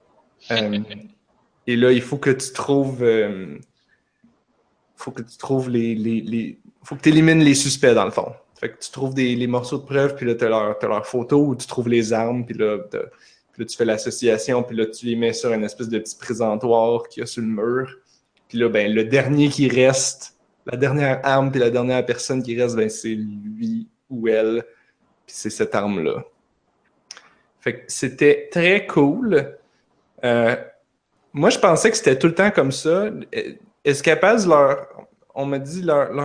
A: Et là, il faut que tu trouves... faut que tu élimines les suspects, dans le fond. Fait que tu trouves les morceaux de preuve, puis là, t'as leur photo, où tu trouves les armes, puis là, tu fais l'association, puis là, tu les mets sur une espèce de petit présentoir qu'il y a sur le mur. Puis là, ben, le dernier qui reste, la dernière arme, puis la dernière personne qui reste, ben c'est lui ou elle, puis c'est cette arme-là. Fait que c'était très cool. Moi, je pensais que c'était tout le temps comme ça. Escapades, on m'a dit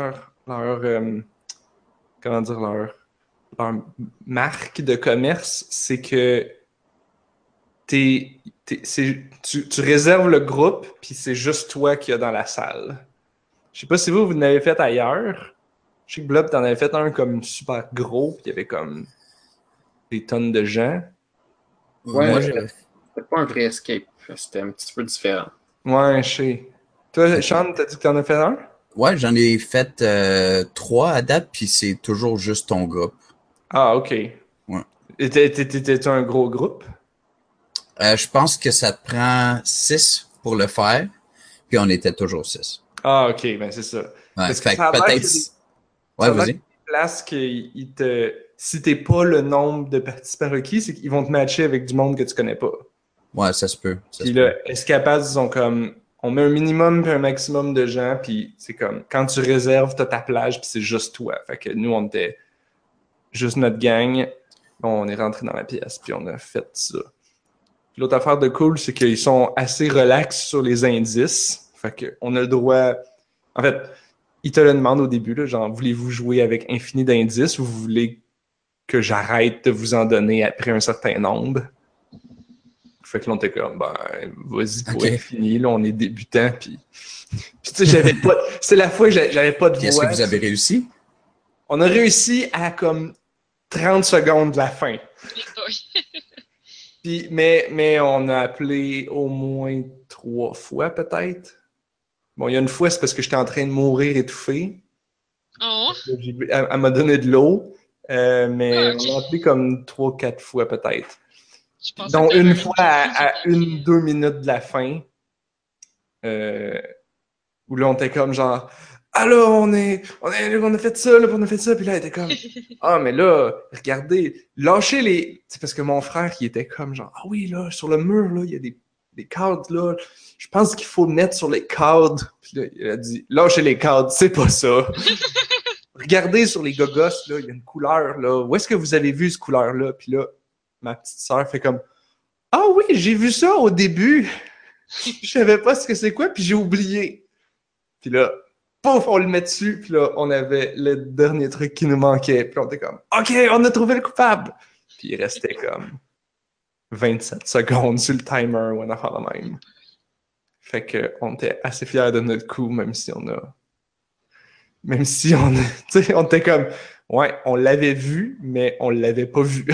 A: comment dire, leur marque de commerce, c'est que tu réserves le groupe, puis c'est juste toi qui y a dans la salle. Je sais pas si vous n'avez fait ailleurs. Je sais que Blob, t'en avais fait un comme super gros, puis il y avait comme des tonnes de gens.
B: Ouais,
C: Moi,
B: c'était pas un vrai escape. C'était un petit peu différent.
A: Ouais, je sais. Toi, Sean, t'as dit que t'en as fait un?
C: ouais, j'en ai fait 3 à date, puis c'est toujours juste ton groupe.
A: Ah, ok.
C: Ouais.
A: T'étais un gros groupe?
C: Je pense que ça te prend 6 pour le faire, puis on était toujours 6.
A: Ah, ok, ben c'est ça.
C: Ouais,
A: Parce que
C: fait
A: ça a
C: que
A: l'air
C: peut-être...
A: qu'il y a des,
C: Ouais,
A: ça a l'air qu'il y a
C: vas-y.
A: des places si t'es pas le nombre de participants requis, c'est qu'ils vont te matcher avec du monde que tu connais pas.
C: Ouais, ça se peut. Ça
A: Puis
C: se peut.
A: là, Escapades, ils sont comme, on met un minimum puis un maximum de gens, puis c'est comme, quand tu réserves, t'as ta plage, puis c'est juste toi. Fait que nous, on était juste notre gang. Bon, on est rentré dans la pièce, puis on a fait ça. Puis l'autre affaire de cool, c'est qu'ils sont assez relax sur les indices. Fait que on a le droit... En fait, ils te le demandent au début, là, genre, voulez-vous jouer avec infini d'indices ou vous voulez que j'arrête de vous en donner après un certain nombre? Fait que là, on était comme, ben, vas-y pour
C: Ok.
A: infini, là, on est débutant, puis tu sais, c'est la fois que j'avais pas de
C: Puis est-ce
A: voix.
C: que vous avez réussi?
A: On a réussi à, comme, 30 secondes de la fin. Puis, mais on a appelé au moins 3 fois, peut-être. Bon, il y a une fois, c'est parce que j'étais en train de mourir étouffé.
D: Oh,
A: Elle m'a donné de l'eau, mais
D: ok.
A: on a appelé comme 3-4 fois, peut-être.
D: Je pensais
A: Donc,
D: que t'avais
A: une
D: un
A: fois
D: défi
A: à
D: qui était
A: 1-2 minutes de la fin, où là, on était comme genre, ah là, on a fait ça, là, puis on a fait ça, puis là, elle était comme, ah, mais là, regardez, lâchez les. C'est parce que mon frère, il était comme genre, ah oui, là, sur le mur, là, il y a des cadres, là. Je pense qu'il faut mettre sur les cadres. Puis là, il a dit, lâchez les cadres, c'est pas ça. Regardez sur les gogos, là, il y a une couleur, là. Où est-ce que vous avez vu cette couleur-là? Puis là, ma petite sœur fait comme, ah oui, j'ai vu ça au début. Je savais pas ce que c'est quoi, puis j'ai oublié. Puis là, pouf, on le met dessus, puis là, on avait le dernier truc qui nous manquait. Puis on était comme, OK, on a trouvé le coupable. Puis il restait comme 27 secondes sur le timer ou une affaire de même. Fait qu'on était assez fiers de notre coup, même si on tu sais, on était comme, ouais, on l'avait vu, mais on l'avait pas vu.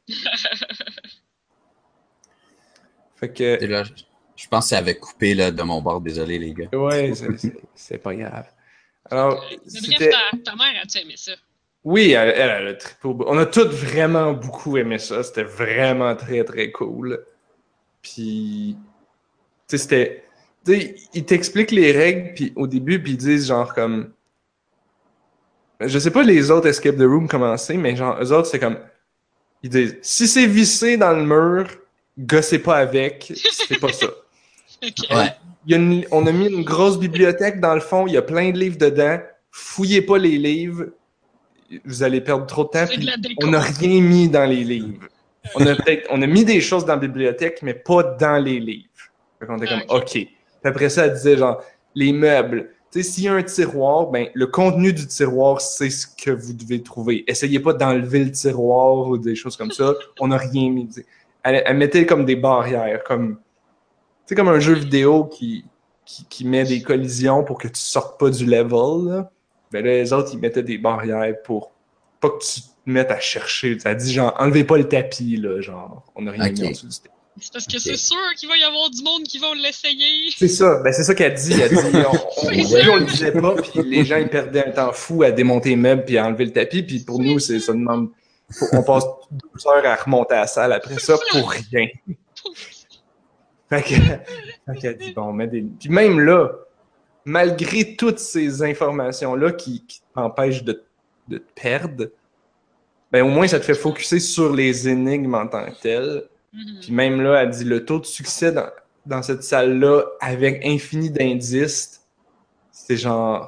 A: Fait que,
C: Et là, je pense que ça avait coupé là, de mon bord. Désolé, les gars.
A: ouais, c'est pas grave. Alors,
D: Mais
A: c'était...
D: bref, ta mère a-tu aimé ça?
A: Oui, elle a trippé au bout. On a tous vraiment beaucoup aimé ça. C'était vraiment très, très cool. Puis, tu sais, c'était... Tu sais, ils t'expliquent les règles puis au début, puis ils disent genre comme... Je sais pas les autres Escape the Room comment c'est, mais genre, eux autres, c'est comme... Ils disent, si c'est vissé dans le mur, gossez pas avec, c'est pas ça.
D: Ok.
C: Ouais.
A: On a mis une grosse bibliothèque dans le fond, il y a plein de livres dedans. Fouillez pas les livres, vous allez perdre trop de temps.
D: C'est de
A: Puis
D: la déco.
A: on n'a rien mis dans les livres. On a mis des choses dans la bibliothèque, mais pas dans les livres. Fait qu'on était comme,
D: Ok.
A: OK. Puis après ça, elle disait genre, les meubles. Tu sais, s'il y a un tiroir, ben, le contenu du tiroir, c'est ce que vous devez trouver. Essayez pas d'enlever le tiroir ou des choses comme ça. On n'a rien mis. Elle mettait comme des barrières, comme, tu sais, comme un jeu vidéo qui met des collisions pour que tu sortes pas du level, là. Ben là, les autres, ils mettaient des barrières pour pas que tu te mettes à chercher. Ça dit genre, enlevez pas le tapis, là, genre, on n'a rien
C: Ok.
A: mis en dessous du tapis.
D: C'est parce que
C: Ok.
D: c'est sûr qu'il va y avoir du monde qui vont l'essayer.
A: C'est ça, ben c'est ça qu'elle dit. Elle dit, au
D: C'est
A: début,
D: sûr.
A: on le disait pas, puis les gens, ils perdaient un temps fou à démonter les meubles puis à enlever le tapis, puis pour nous, ça demande... On passe 12 heures à remonter à la salle après ça pour rien. Fait qu'elle dit, bon, on met des... Puis même là, malgré toutes ces informations-là qui t'empêchent de te perdre, ben au moins, ça te fait focusser sur les énigmes en tant que telles. Puis même là, elle dit, le taux de succès dans cette salle-là, avec infini d'indices, c'est genre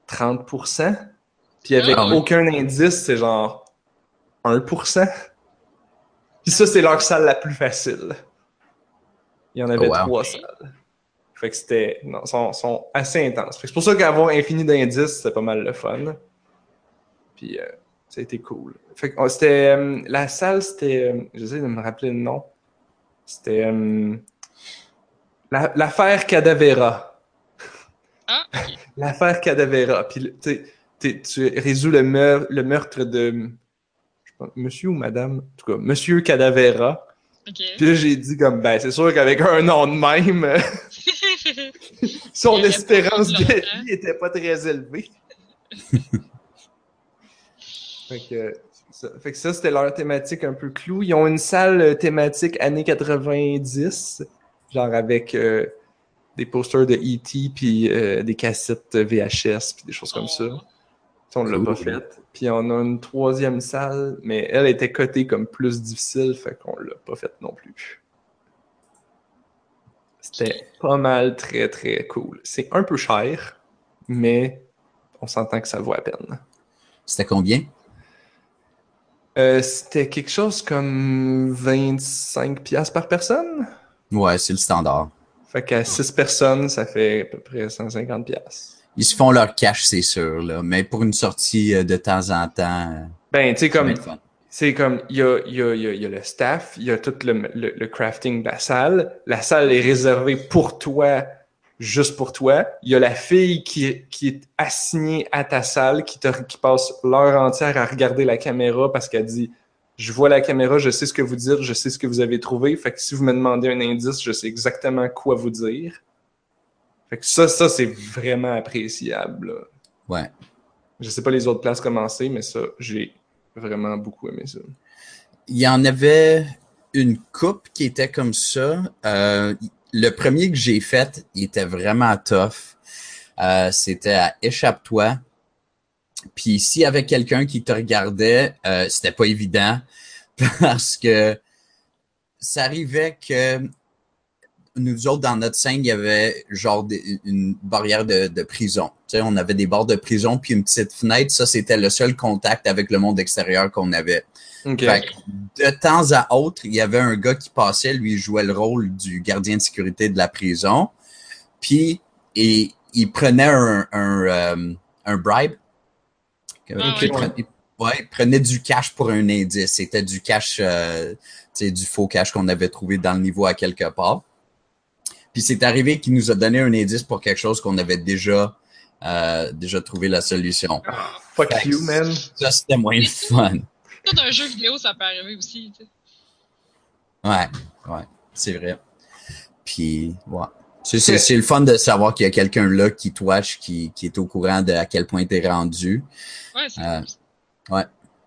A: 30%. Puis avec
D: Ah
C: ouais.
A: aucun indice, c'est genre 1%. Puis ça, c'est leur salle la plus facile. Il y en avait
C: Oh, wow.
A: 3 salles. Fait que c'était... Non, sont assez intenses. Fait que c'est pour ça qu'avoir infini d'indices, c'est pas mal le fun. Puis ça a été cool. Fait que c'était... la salle, c'était... j'essaie de me rappeler le nom. C'était... l'affaire Cadavera.
D: Ah, ok.
A: L'affaire Cadavera. Puis tu résous le meurtre de... je sais pas, monsieur ou madame? En tout cas, monsieur Cadavera.
D: Ok.
A: Puis là, j'ai dit comme, ben, c'est sûr qu'avec un nom de même, son
D: Il aurait
A: espérance
D: pas
A: de
D: vécu longtemps.
A: vie était pas très élevée. Fait que ça, c'était leur thématique un peu clou. Ils ont une salle thématique années 90, genre avec des posters de E.T. puis des cassettes VHS puis des choses comme ça. Ça, on l'a
C: Cool.
A: pas fait. Puis on a une troisième salle, mais elle était cotée comme plus difficile, fait qu'on l'a pas faite non plus. C'était pas mal très très cool. C'est un peu cher, mais on s'entend que ça vaut la peine.
C: C'était combien?
A: C'était quelque chose comme 25$ par personne.
C: Ouais, c'est le standard.
A: Fait qu'à 6 personnes, ça fait à peu près 150$.
C: Ils se font leur cash, c'est sûr, là. Mais pour une sortie de temps en temps,
A: Ben, tu sais,
C: ça va
A: comme,
C: être fun.
A: c'est comme, il y a le staff, il y a tout le crafting de la salle. La salle est réservée pour toi, juste pour toi. Il y a la fille qui est assignée à ta salle, qui passe l'heure entière à regarder la caméra parce qu'elle dit, je vois la caméra, je sais ce que vous dire, je sais ce que vous avez trouvé. Fait que si vous me demandez un indice, je sais exactement quoi vous dire. Fait que ça, c'est vraiment appréciable, là.
C: Ouais.
A: Je sais pas les autres places comment c'est, mais ça, j'ai vraiment beaucoup aimé ça.
C: Il y en avait une coupe qui était comme ça. Le premier que j'ai fait, il était vraiment tough. C'était à Échappe-toi. Puis s'il y avait quelqu'un qui te regardait, c'était pas évident parce que ça arrivait que nous autres, dans notre scène, il y avait genre une barrière de prison. Tu sais, on avait des barres de prison puis une petite fenêtre. Ça, c'était le seul contact avec le monde extérieur qu'on avait.
A: OK.
C: Fait que de temps à autre, il y avait un gars qui passait, lui, il jouait le rôle du gardien de sécurité de la prison. Puis, il prenait un bribe. Il prenait du cash pour un indice. C'était du cash, tu sais, du faux cash qu'on avait trouvé dans le niveau à quelque part. Puis c'est arrivé qu'il nous a donné un indice pour quelque chose qu'on avait déjà trouvé la solution.
A: Fuck you, man.
C: Ça, c'était moins le fun.
D: Ça, dans un jeu vidéo, ça peut arriver aussi. Tu sais.
C: Ouais, c'est vrai. Puis, ouais. C'est le fun de savoir qu'il y a quelqu'un là qui te watch, qui est au courant de à quel point t'es rendu.
D: Ouais, c'est cool.
C: Ouais.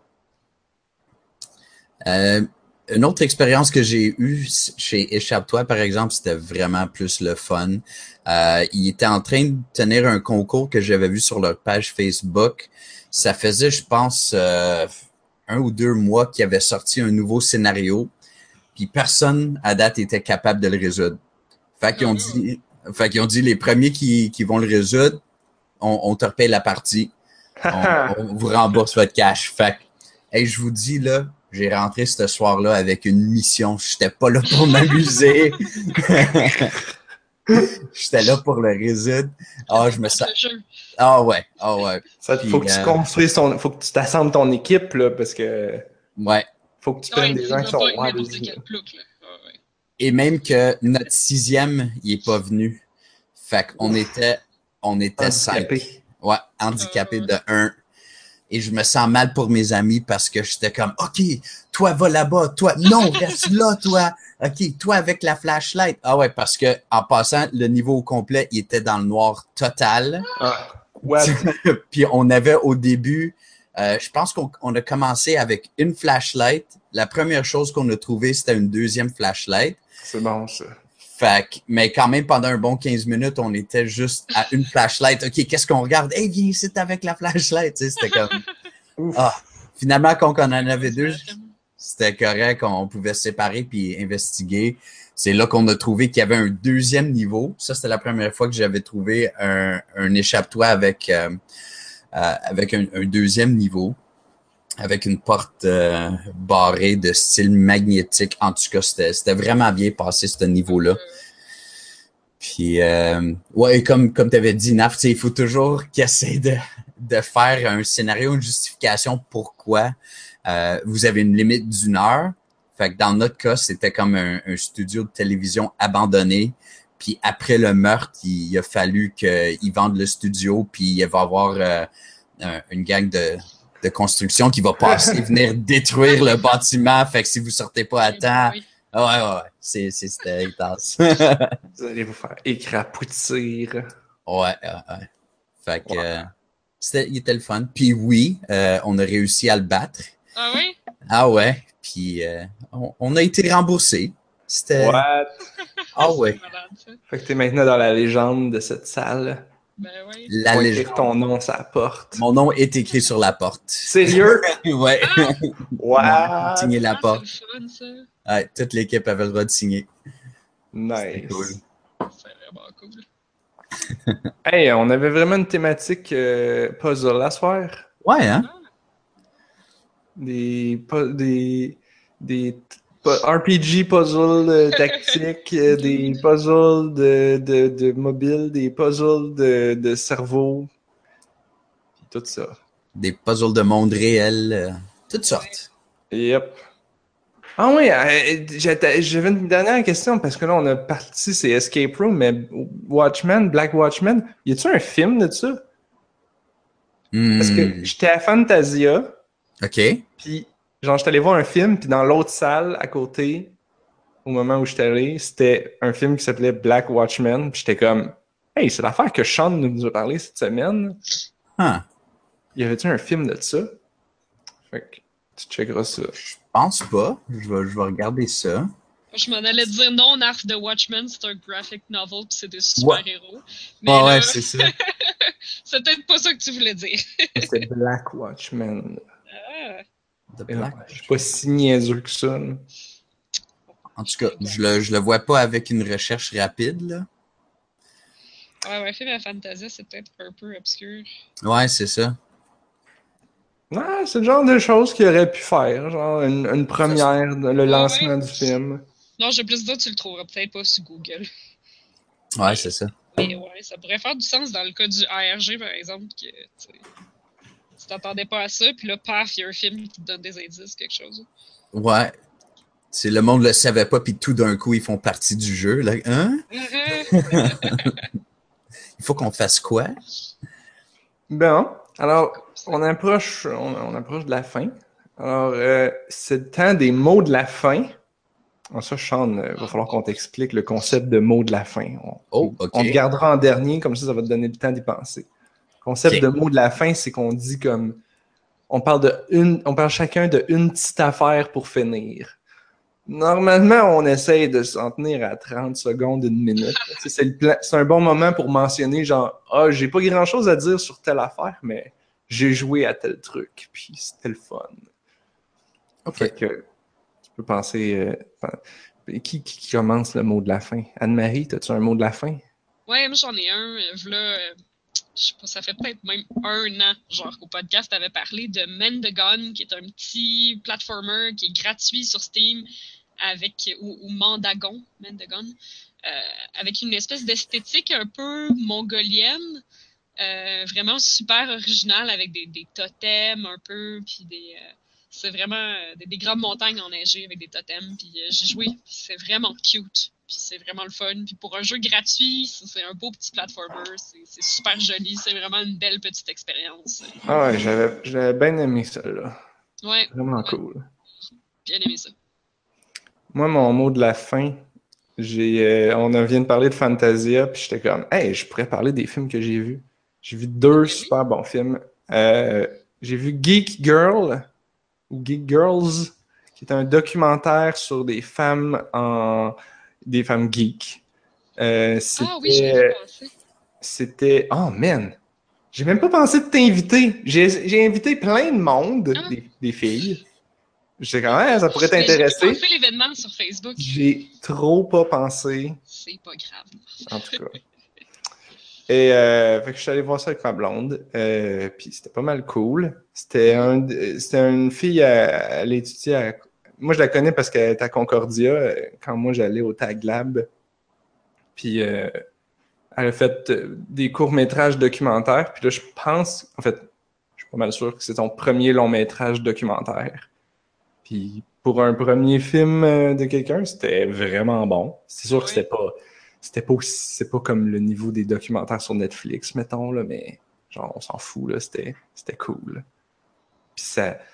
C: Une autre expérience que j'ai eue chez Échappe-toi, par exemple, c'était vraiment plus le fun. Ils étaient en train de tenir un concours que j'avais vu sur leur page Facebook. Ça faisait, je pense, 1 ou 2 mois qu'ils avaient sorti un nouveau scénario. Puis personne, à date, était capable de le résoudre. Fait qu'ils ont dit, les premiers qui vont le résoudre, on te repaye la partie. On vous rembourse votre cash. Fait que, hey, je vous dis, là, j'ai rentré ce soir-là avec une mission. J'étais pas là pour m'amuser. J'étais là pour le résoudre. Ah, je me sens... Ah ouais.
A: Faut que tu construises faut que tu t'assembles ton équipe, là, parce que...
C: Ouais.
A: Faut que tu prennes des gens qui sont...
C: Et même que notre 6e, il est pas venu. Fait qu'on était 5. Ouais, handicapé de 1. Et je me sens mal pour mes amis parce que j'étais comme, OK, toi, va là-bas. Toi, non, reste là, toi. OK, toi, avec la flashlight. Ah ouais, parce que en passant, le niveau au complet, il était dans le noir total.
A: What?
C: Puis on avait au début, je pense qu'on a commencé avec une flashlight. La première chose qu'on a trouvée, c'était une deuxième flashlight.
A: C'est bon, ça.
C: Fait que, mais quand même, pendant un bon 15 minutes, on était juste à une flashlight. OK, qu'est-ce qu'on regarde? Hey, viens ici avec la flashlight. Tu sais, c'était comme... Finalement, quand on en avait 2, c'était correct. On pouvait se séparer puis investiguer. C'est là qu'on a trouvé qu'il y avait un 2e niveau. Ça, c'était la première fois que j'avais trouvé un échappe-toi avec avec un deuxième niveau, avec une porte barrée de style magnétique. En tout cas, c'était vraiment bien passé, ce niveau-là. Puis, ouais, comme tu avais dit, Naf, il faut toujours qu'il essaie de faire un scénario, une justification pourquoi vous avez une limite d'1 heure. Fait que dans notre cas, c'était comme un studio de télévision abandonné. Puis après le meurtre, il a fallu qu'ils vendent le studio, puis il va y avoir une gang de construction qui va passer, venir détruire le bâtiment. Fait que si vous sortez pas à temps, ouais, c'était intense.
A: Vous allez vous faire écrapoutir.
C: Ouais. Fait que il était le fun. Puis oui, on a réussi à le battre.
D: Ah oui?
C: Ah ouais. Puis on a été remboursé. C'était.
A: What?
C: Ah ouais.
A: Fait que t'es maintenant dans la légende de cette salle.
D: Ben oui.
C: La
A: On va
C: légende.
A: écrire ton nom sur la porte.
C: Mon nom est écrit sur la porte.
A: Sérieux?
C: Ouais.
A: What?
C: Signer la porte.
D: C'est le fun, ça.
C: Ouais, toute l'équipe avait le droit de signer.
A: Nice.
C: Cool.
D: C'est vraiment cool.
A: Hey, on avait vraiment une thématique puzzle à soir.
C: Ouais, hein?
A: Des RPG puzzles tactiques, des puzzles de mobile, des puzzles de cerveau, puis tout ça.
C: Des puzzles de monde réel, toutes sortes.
A: Yep. Ah oui, j'avais une dernière question parce que là on a parti, c'est Escape Room, mais Watchmen, Black Watchmen, y a-tu un film de ça? Parce que j'étais à Fantasia.
C: OK.
A: Puis, genre, j'étais allé voir un film, puis dans l'autre salle, à côté, au moment où j'étais allé, c'était un film qui s'appelait Black Watchmen, puis j'étais comme, hey, c'est l'affaire que Sean nous a parlé cette semaine.
C: Huh.
A: Y avait-tu un film de ça? Fait que, tu checkeras ça.
C: Je pense pas. Je vais regarder ça.
D: Je m'en allais dire non, Arc de Watchmen, c'est un graphic novel puis c'est des super-héros. Mais
C: Ouais,
D: là,
C: ouais, c'est ça.
D: c'est peut-être pas ça que tu voulais dire.
A: C'est Black Watchmen.
D: Ah.
C: The
A: Et non,
C: Black.
A: je suis pas si niaiseux que ça. Là.
C: En tout cas, je le vois pas avec une recherche rapide, là.
D: Ouais, film à Fantasia, c'est peut-être un peu obscur.
C: Ouais, c'est ça.
A: Non, c'est le genre de choses qu'il aurait pu faire. Genre, une première, le lancement du film.
D: Non, j'ai plus dire, tu le trouveras peut-être pas sur Google.
C: Ouais, c'est ça.
D: Mais ouais, ça pourrait faire du sens dans le cas du ARG, par exemple, que tu t'attendais pas à ça, puis là, paf, il y a un film qui te donne des indices, quelque chose.
C: Ouais. C'est le monde le savait pas, puis tout d'un coup, ils font partie du jeu. Là. Hein? Il faut qu'on fasse quoi?
A: Bon, alors, on approche de la fin. Alors, c'est le temps des mots de la fin. Alors ça, Sean, va falloir qu'on t'explique le concept de mots de la fin.
C: OK.
A: On te gardera en dernier, comme ça va te donner le temps d'y penser. Le concept de mots de la fin, c'est qu'on dit comme... On parle chacun de une petite affaire pour finir. Normalement, on essaye de s'en tenir à 30 secondes, 1 minute. C'est un bon moment pour mentionner genre « Ah, j'ai pas grand-chose à dire sur telle affaire, mais j'ai joué à tel truc, puis c'était le fun. »
C: OK.
A: Fait que tu peux penser... qui commence le mot de la fin? Anne-Marie, as-tu un mot de la fin?
D: Ouais, moi j'en ai un. Là, je sais pas, ça fait peut-être même 1 an, genre, qu'au podcast, t'avais parlé de Mendagon, qui est un petit platformer qui est gratuit sur Steam, ou Mendagon, avec une espèce d'esthétique un peu mongolienne, vraiment super originale, avec des totems un peu, puis c'est vraiment des grandes montagnes enneigées avec des totems, puis j'ai joué, puis c'est vraiment cute. Puis c'est vraiment le fun. Puis pour un jeu gratuit, c'est un beau petit platformer. C'est super joli. C'est vraiment une belle petite expérience.
A: Ah ouais, j'avais bien aimé ça, là.
D: Ouais.
A: Vraiment cool.
D: Bien aimé ça.
A: Moi, mon mot de la fin, on vient de parler de Fantasia, puis j'étais comme, hey, je pourrais parler des films que j'ai vus. J'ai vu 2 super bons films. J'ai vu Geek Girl, ou Geek Girls, qui est un documentaire sur des femmes geeks.
D: Ah oui, je l'ai pensé.
A: C'était... Oh, man! J'ai même pas pensé de t'inviter. J'ai invité plein de monde, des filles. J'étais comme, ça pourrait t'intéresser.
D: J'ai fait l'événement sur Facebook.
A: J'ai trop pas pensé.
D: C'est pas grave.
A: En tout cas. Et fait que je suis allé voir ça avec ma blonde. Puis c'était pas mal cool. C'était une fille, elle étudiait à... Moi, je la connais parce qu'elle était à Concordia quand moi j'allais au Tag Lab. Puis elle a fait des courts-métrages documentaires. Puis là, je pense, en fait, je suis pas mal sûr que c'est son premier long-métrage documentaire. Puis pour un premier film de quelqu'un, c'était vraiment bon. C'est sûr que c'est pas comme le niveau des documentaires sur Netflix, mettons, là, mais genre, on s'en fout, là, c'était cool. Puis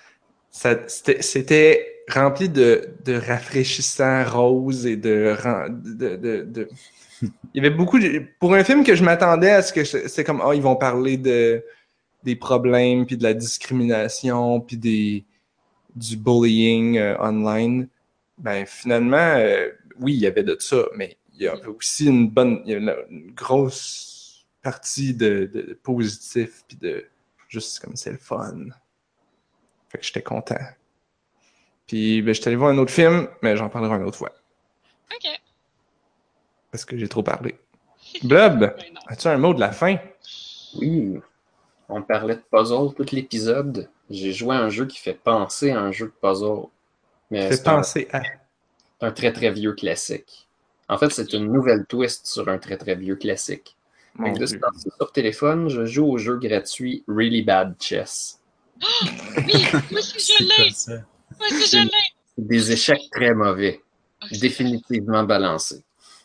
A: c'était rempli de rafraîchissants roses et de... Il y avait beaucoup pour un film que je m'attendais à ce que c'est comme, ils vont parler des problèmes, puis de la discrimination, puis du bullying online. Ben, finalement, oui, il y avait de ça, mais il y avait aussi il y a une grosse partie de positif, puis de juste comme c'est le fun. Fait que j'étais content. Puis, ben, j'étais allé voir un autre film, mais j'en parlerai une autre fois.
D: OK.
A: Parce que j'ai trop parlé. Blob, as-tu un mot de la fin?
B: Oui. On parlait de puzzle tout l'épisode. J'ai joué à un jeu qui fait penser à un jeu de puzzle. Mais
A: Fait penser à...
B: un très très vieux classique. En fait, c'est une nouvelle twist sur un très très vieux classique.
A: Mon Dieu.
B: Sur téléphone, je joue au jeu gratuit Really Bad Chess.
D: Oui, moi aussi je l'ai. Moi aussi je l'ai.
B: Des échecs très mauvais.
D: Okay.
B: Définitivement balancés.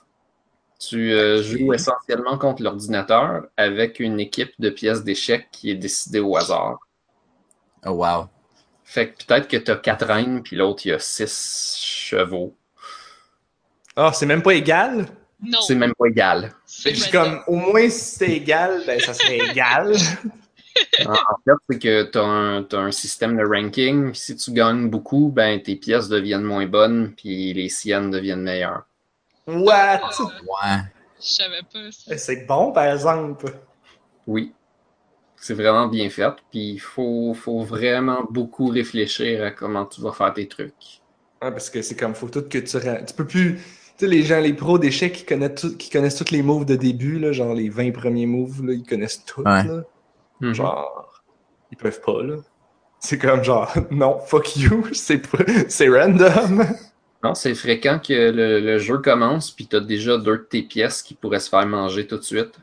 B: Tu joues essentiellement contre l'ordinateur avec une équipe de pièces d'échecs qui est décidée au hasard.
C: Oh wow.
B: Fait que peut-être que t'as 4 reines, puis l'autre, il y a 6 chevaux.
A: Ah, c'est même pas égal?
D: Non.
B: C'est même pas égal.
A: Fait que je suis comme, au moins, si c'était égal, ben ça serait égal.
B: En fait, c'est que t'as un système de ranking. Si tu gagnes beaucoup, ben tes pièces deviennent moins bonnes, puis les siennes deviennent meilleures.
A: What?
C: Ouais.
D: Je savais pas ça.
A: C'est bon, par exemple.
B: Oui. C'est vraiment bien fait, puis il faut vraiment beaucoup réfléchir à comment tu vas faire tes trucs.
A: Ouais, parce que c'est comme, faut tout que tu peux plus... Tu sais, les pros d'échecs qui connaissent tous les moves de début, là, genre les 20 premiers moves, là, ils connaissent tout,
C: Ouais.
A: là.
B: Mm-hmm.
A: Genre, ils peuvent pas, là. C'est comme genre, non, fuck you, c'est random.
B: Non, c'est fréquent que le jeu commence, puis t'as déjà 2 de tes pièces qui pourraient se faire manger tout de suite.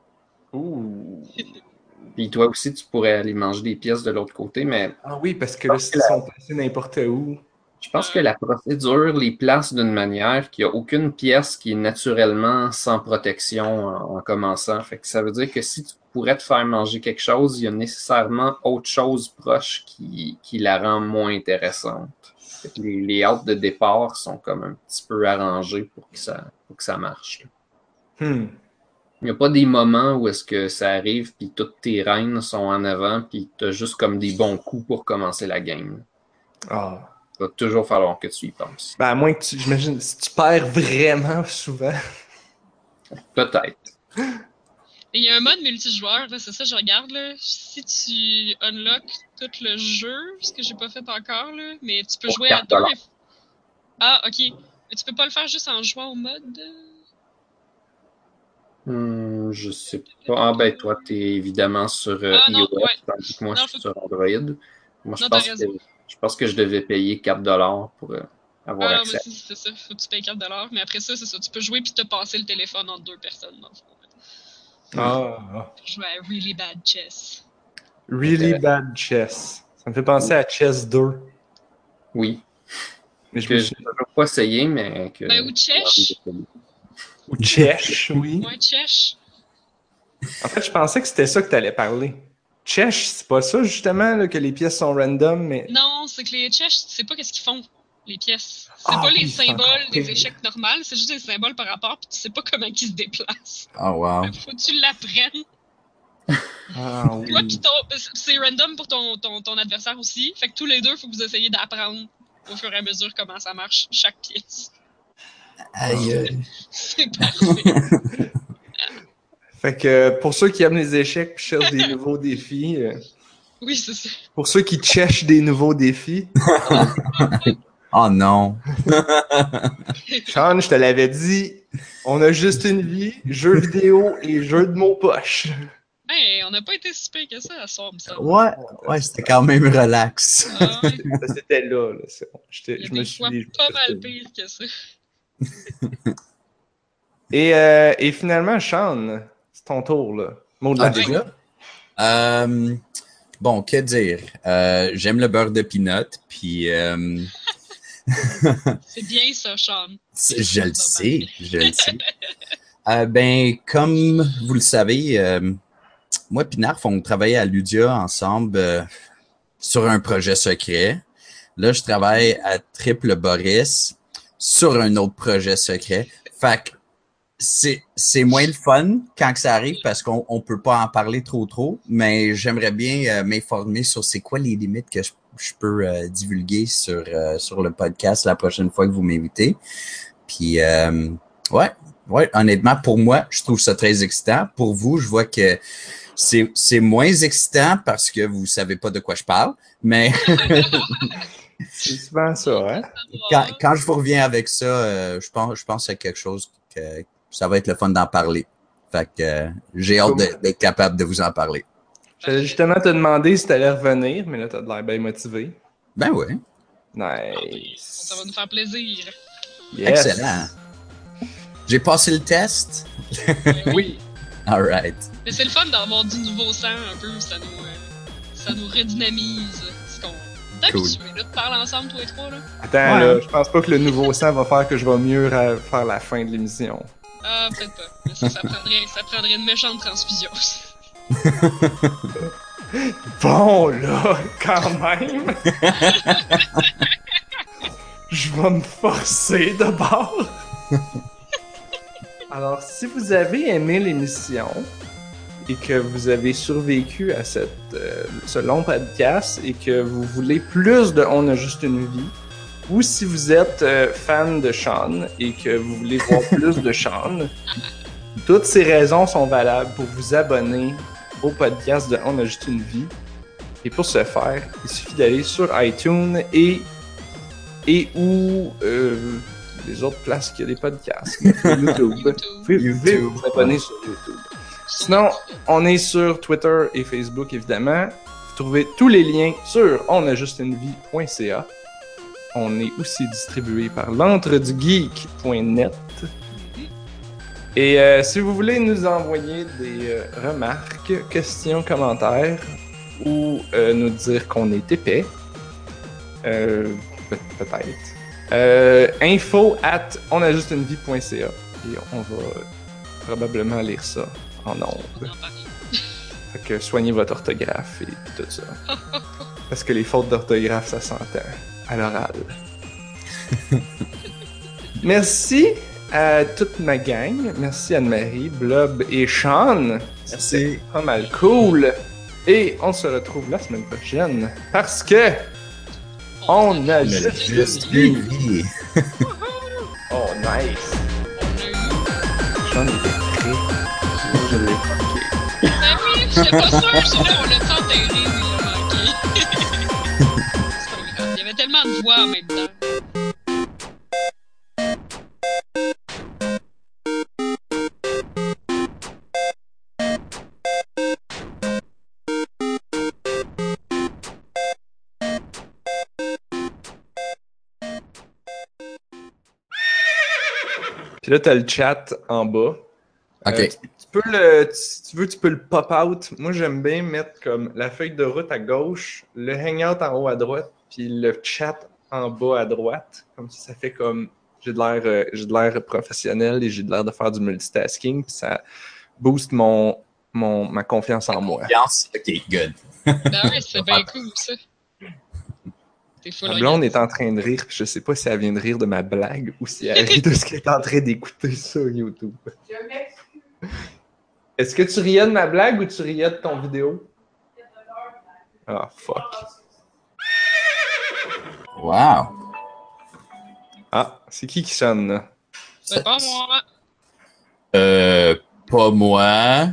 A: Ouh.
B: Puis toi aussi, tu pourrais aller manger des pièces de l'autre côté, mais...
A: Ah oui, parce que là, s'ils sont placés n'importe où...
B: Je pense que la procédure les place d'une manière qu'il n'y a aucune pièce qui est naturellement sans protection en commençant. Fait que ça veut dire que si tu pourrais te faire manger quelque chose, il y a nécessairement autre chose proche qui la rend moins intéressante. Fait que les hâtes de départ sont comme un petit peu arrangées pour que ça marche. Il n'y a pas des moments où est-ce que ça arrive puis toutes tes reines sont en avant puis tu as juste comme des bons coups pour commencer la game.
A: Ah.
B: Il va toujours falloir que tu y penses.
A: Ben, à moins que j'imagine, si tu perds vraiment souvent.
B: Peut-être.
D: Il y a un mode multijoueur, là, c'est ça, je regarde, là. Si tu unlock tout le jeu, ce que j'ai pas fait encore, là, mais tu peux jouer à 2. Ah, ok. Mais tu peux pas le faire juste en jouant au mode?
B: Je sais pas. Ah, ben, toi, t'es évidemment sur iOS, tandis que moi, je suis sur Android. Moi, je pense que je devais payer 4$ pour avoir accès.
D: Ah, c'est ça. Faut que tu payes 4$. Mais après ça, c'est ça. Tu peux jouer puis te passer le téléphone entre 2 personnes, dans le fond. Jouer à Really Bad Chess.
A: Really Bad Chess. Ça me fait penser à Chess 2.
B: Oui.
A: Mais je
B: que j'ai toujours pas essayé, mais que...
D: Ben, ou Chess.
A: Ou Chess, oui.
D: Ouais, Chess.
A: En fait, je pensais que c'était ça que tu allais parler. Chess, c'est pas ça, justement, là, que les pièces sont random, mais...
D: Non, c'est que les Chess, tu sais pas qu'est-ce qu'ils font, les pièces. C'est pas les symboles des échecs normales, c'est juste des symboles par rapport, puis tu sais pas comment ils se déplacent.
C: Oh, wow.
D: Faut que tu l'apprennes.
A: Ah oui.
D: Toi, puis c'est random pour ton adversaire aussi. Fait que tous les deux, faut que vous essayiez d'apprendre au fur et à mesure comment ça marche, chaque pièce.
C: Aïe.
D: C'est parfait.
A: Fait que pour ceux qui aiment les échecs et cherchent des nouveaux défis,
D: oui, c'est ça.
A: pour ceux qui cherchent des nouveaux défis,
C: Oh non.
A: Sean, je te l'avais dit, On a juste une vie, jeux vidéo et jeux de mots poche.
D: Hey, on n'a pas été si pire que ça à soir, me semble.
C: Ouais, c'était quand même relax.
D: Ah, ouais.
A: C'était là. C'est bon.
D: Il y a
A: Je me
D: des
A: suis
D: fois
A: dit,
D: pas mal pire que ça.
A: Et finalement, Sean, c'est ton tour, là. Mot de la fin.
C: Déjà? Bon, que dire? J'aime le beurre de pinot, puis
D: C'est bien ça, Sean.
C: je le sais. Ben, comme vous le savez, moi et Pinarf, on travaillait à Ludia ensemble sur un projet secret. Là, je travaille à Triple Boris sur un autre projet secret. Fait que c'est moins le fun quand que ça arrive parce qu'on peut pas en parler trop, mais j'aimerais bien m'informer sur c'est quoi les limites que je peux divulguer sur le podcast la prochaine fois que vous m'invitez. Puis ouais, honnêtement, pour moi, je trouve ça très excitant. Pour vous, je vois que c'est moins excitant parce que vous savez pas de quoi je parle, mais
A: C'est souvent ça, hein?
C: quand je vous reviens avec ça, je pense à quelque chose que ça va être le fun d'en parler. Fait que j'ai hâte d'être capable de vous en parler.
A: J'allais justement te demander si t'allais revenir, mais là, t'as l'air bien motivé.
C: Ben ouais.
A: Nice.
D: Ça va nous faire plaisir.
A: Yes.
C: Excellent. J'ai passé le test.
A: Oui.
C: All right.
D: Mais c'est le fun d'avoir du nouveau sang un peu, ça nous redynamise. T'es habitué, là, de parler ensemble, toi et trois, là?
A: Attends, là, je pense pas que le nouveau sang va faire que je vais mieux faire la fin de l'émission.
D: Ah, peut-être pas. Mais ça prendrait une méchante transfusion.
A: Bon, là, quand même. Je vais me forcer d'abord. Alors, si vous avez aimé l'émission et que vous avez survécu à ce long podcast et que vous voulez plus de On a juste une vie, ou si vous êtes fan de Sean et que vous voulez voir plus de Sean, toutes ces raisons sont valables pour vous abonner au podcast de On a juste une vie. Et pour ce faire, il suffit d'aller sur iTunes et ou les autres places qu'il y a des podcasts. YouTube. Vous pouvez vous abonner sur YouTube. Sinon, on est sur Twitter et Facebook, évidemment. Vous trouvez tous les liens sur onajustunevie.ca. On est aussi distribué par l'entredugeek.net. Et si vous voulez nous envoyer des remarques, questions, commentaires, ou nous dire qu'on est épais, peut-être. info@onajustunevie.ca et on va probablement lire ça en ondes. Fait que soignez votre orthographe et tout ça. Parce que les fautes d'orthographe, ça s'entend à l'oral. Merci à toute ma gang. Merci Anne-Marie, Blob et Sean.
C: Merci.
A: Pas mal cool. Et on se retrouve la semaine prochaine parce que on a juste
C: une vie.
A: Oh, nice. Sean était prêt. Je l'ai manqué.
D: Ben oui, j'étais pas sûre, celui-là, on l'a tant enterré, oui, il l'a manqué. C'est pas grave, il y avait tellement de voix en même temps.
A: Puis là, t'as le chat en bas.
C: OK.
A: Si tu veux, tu peux le pop-out. Moi, j'aime bien mettre comme la feuille de route à gauche, le hangout en haut à droite, puis le chat en bas à droite. Comme ça fait comme j'ai de l'air professionnel et j'ai de l'air de faire du multitasking, puis ça booste ma confiance en moi.
C: OK, good.
D: Ben ouais, c'est bien cool, ça.
A: Ma blonde est en train de rire, puis je sais pas si elle vient de rire de ma blague ou si elle rit de ce qu'elle est en train d'écouter sur YouTube.
E: Je m'excuse.
A: Est-ce que tu riais de ma blague ou tu riais de ton vidéo? Ah, fuck.
C: Wow.
A: Ah, c'est qui sonne, là?
D: C'est pas moi.
C: Pas moi.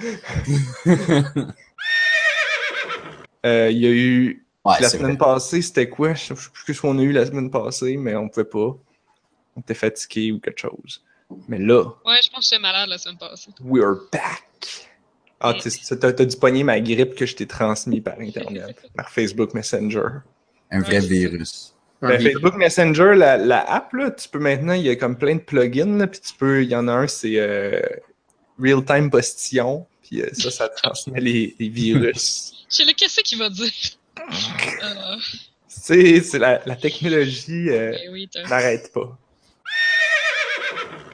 A: Il y a eu...
C: Ouais,
A: la
C: c'est
A: semaine
C: vrai.
A: passée, c'était quoi? Je sais plus ce qu'on a eu la semaine passée, mais on pouvait pas. On était fatigué ou quelque chose. Mais là,
D: Ouais, je pense que j'étais malade la semaine passée.
A: we're back! Ah, t'as dû pogner ma grippe que je t'ai transmise par Internet, par Facebook Messenger.
C: Un vrai
D: Ouais, c'est ça.
C: virus.
A: Ben, Facebook Messenger, la app, là, tu peux maintenant, il y a comme plein de plugins, là, puis il y en a un, c'est Real-Time Postillon, puis ça transmet les virus.
D: Je sais le qu'est-ce qu'il va dire.
A: C'est la technologie
D: Ben oui,
A: n'arrête pas.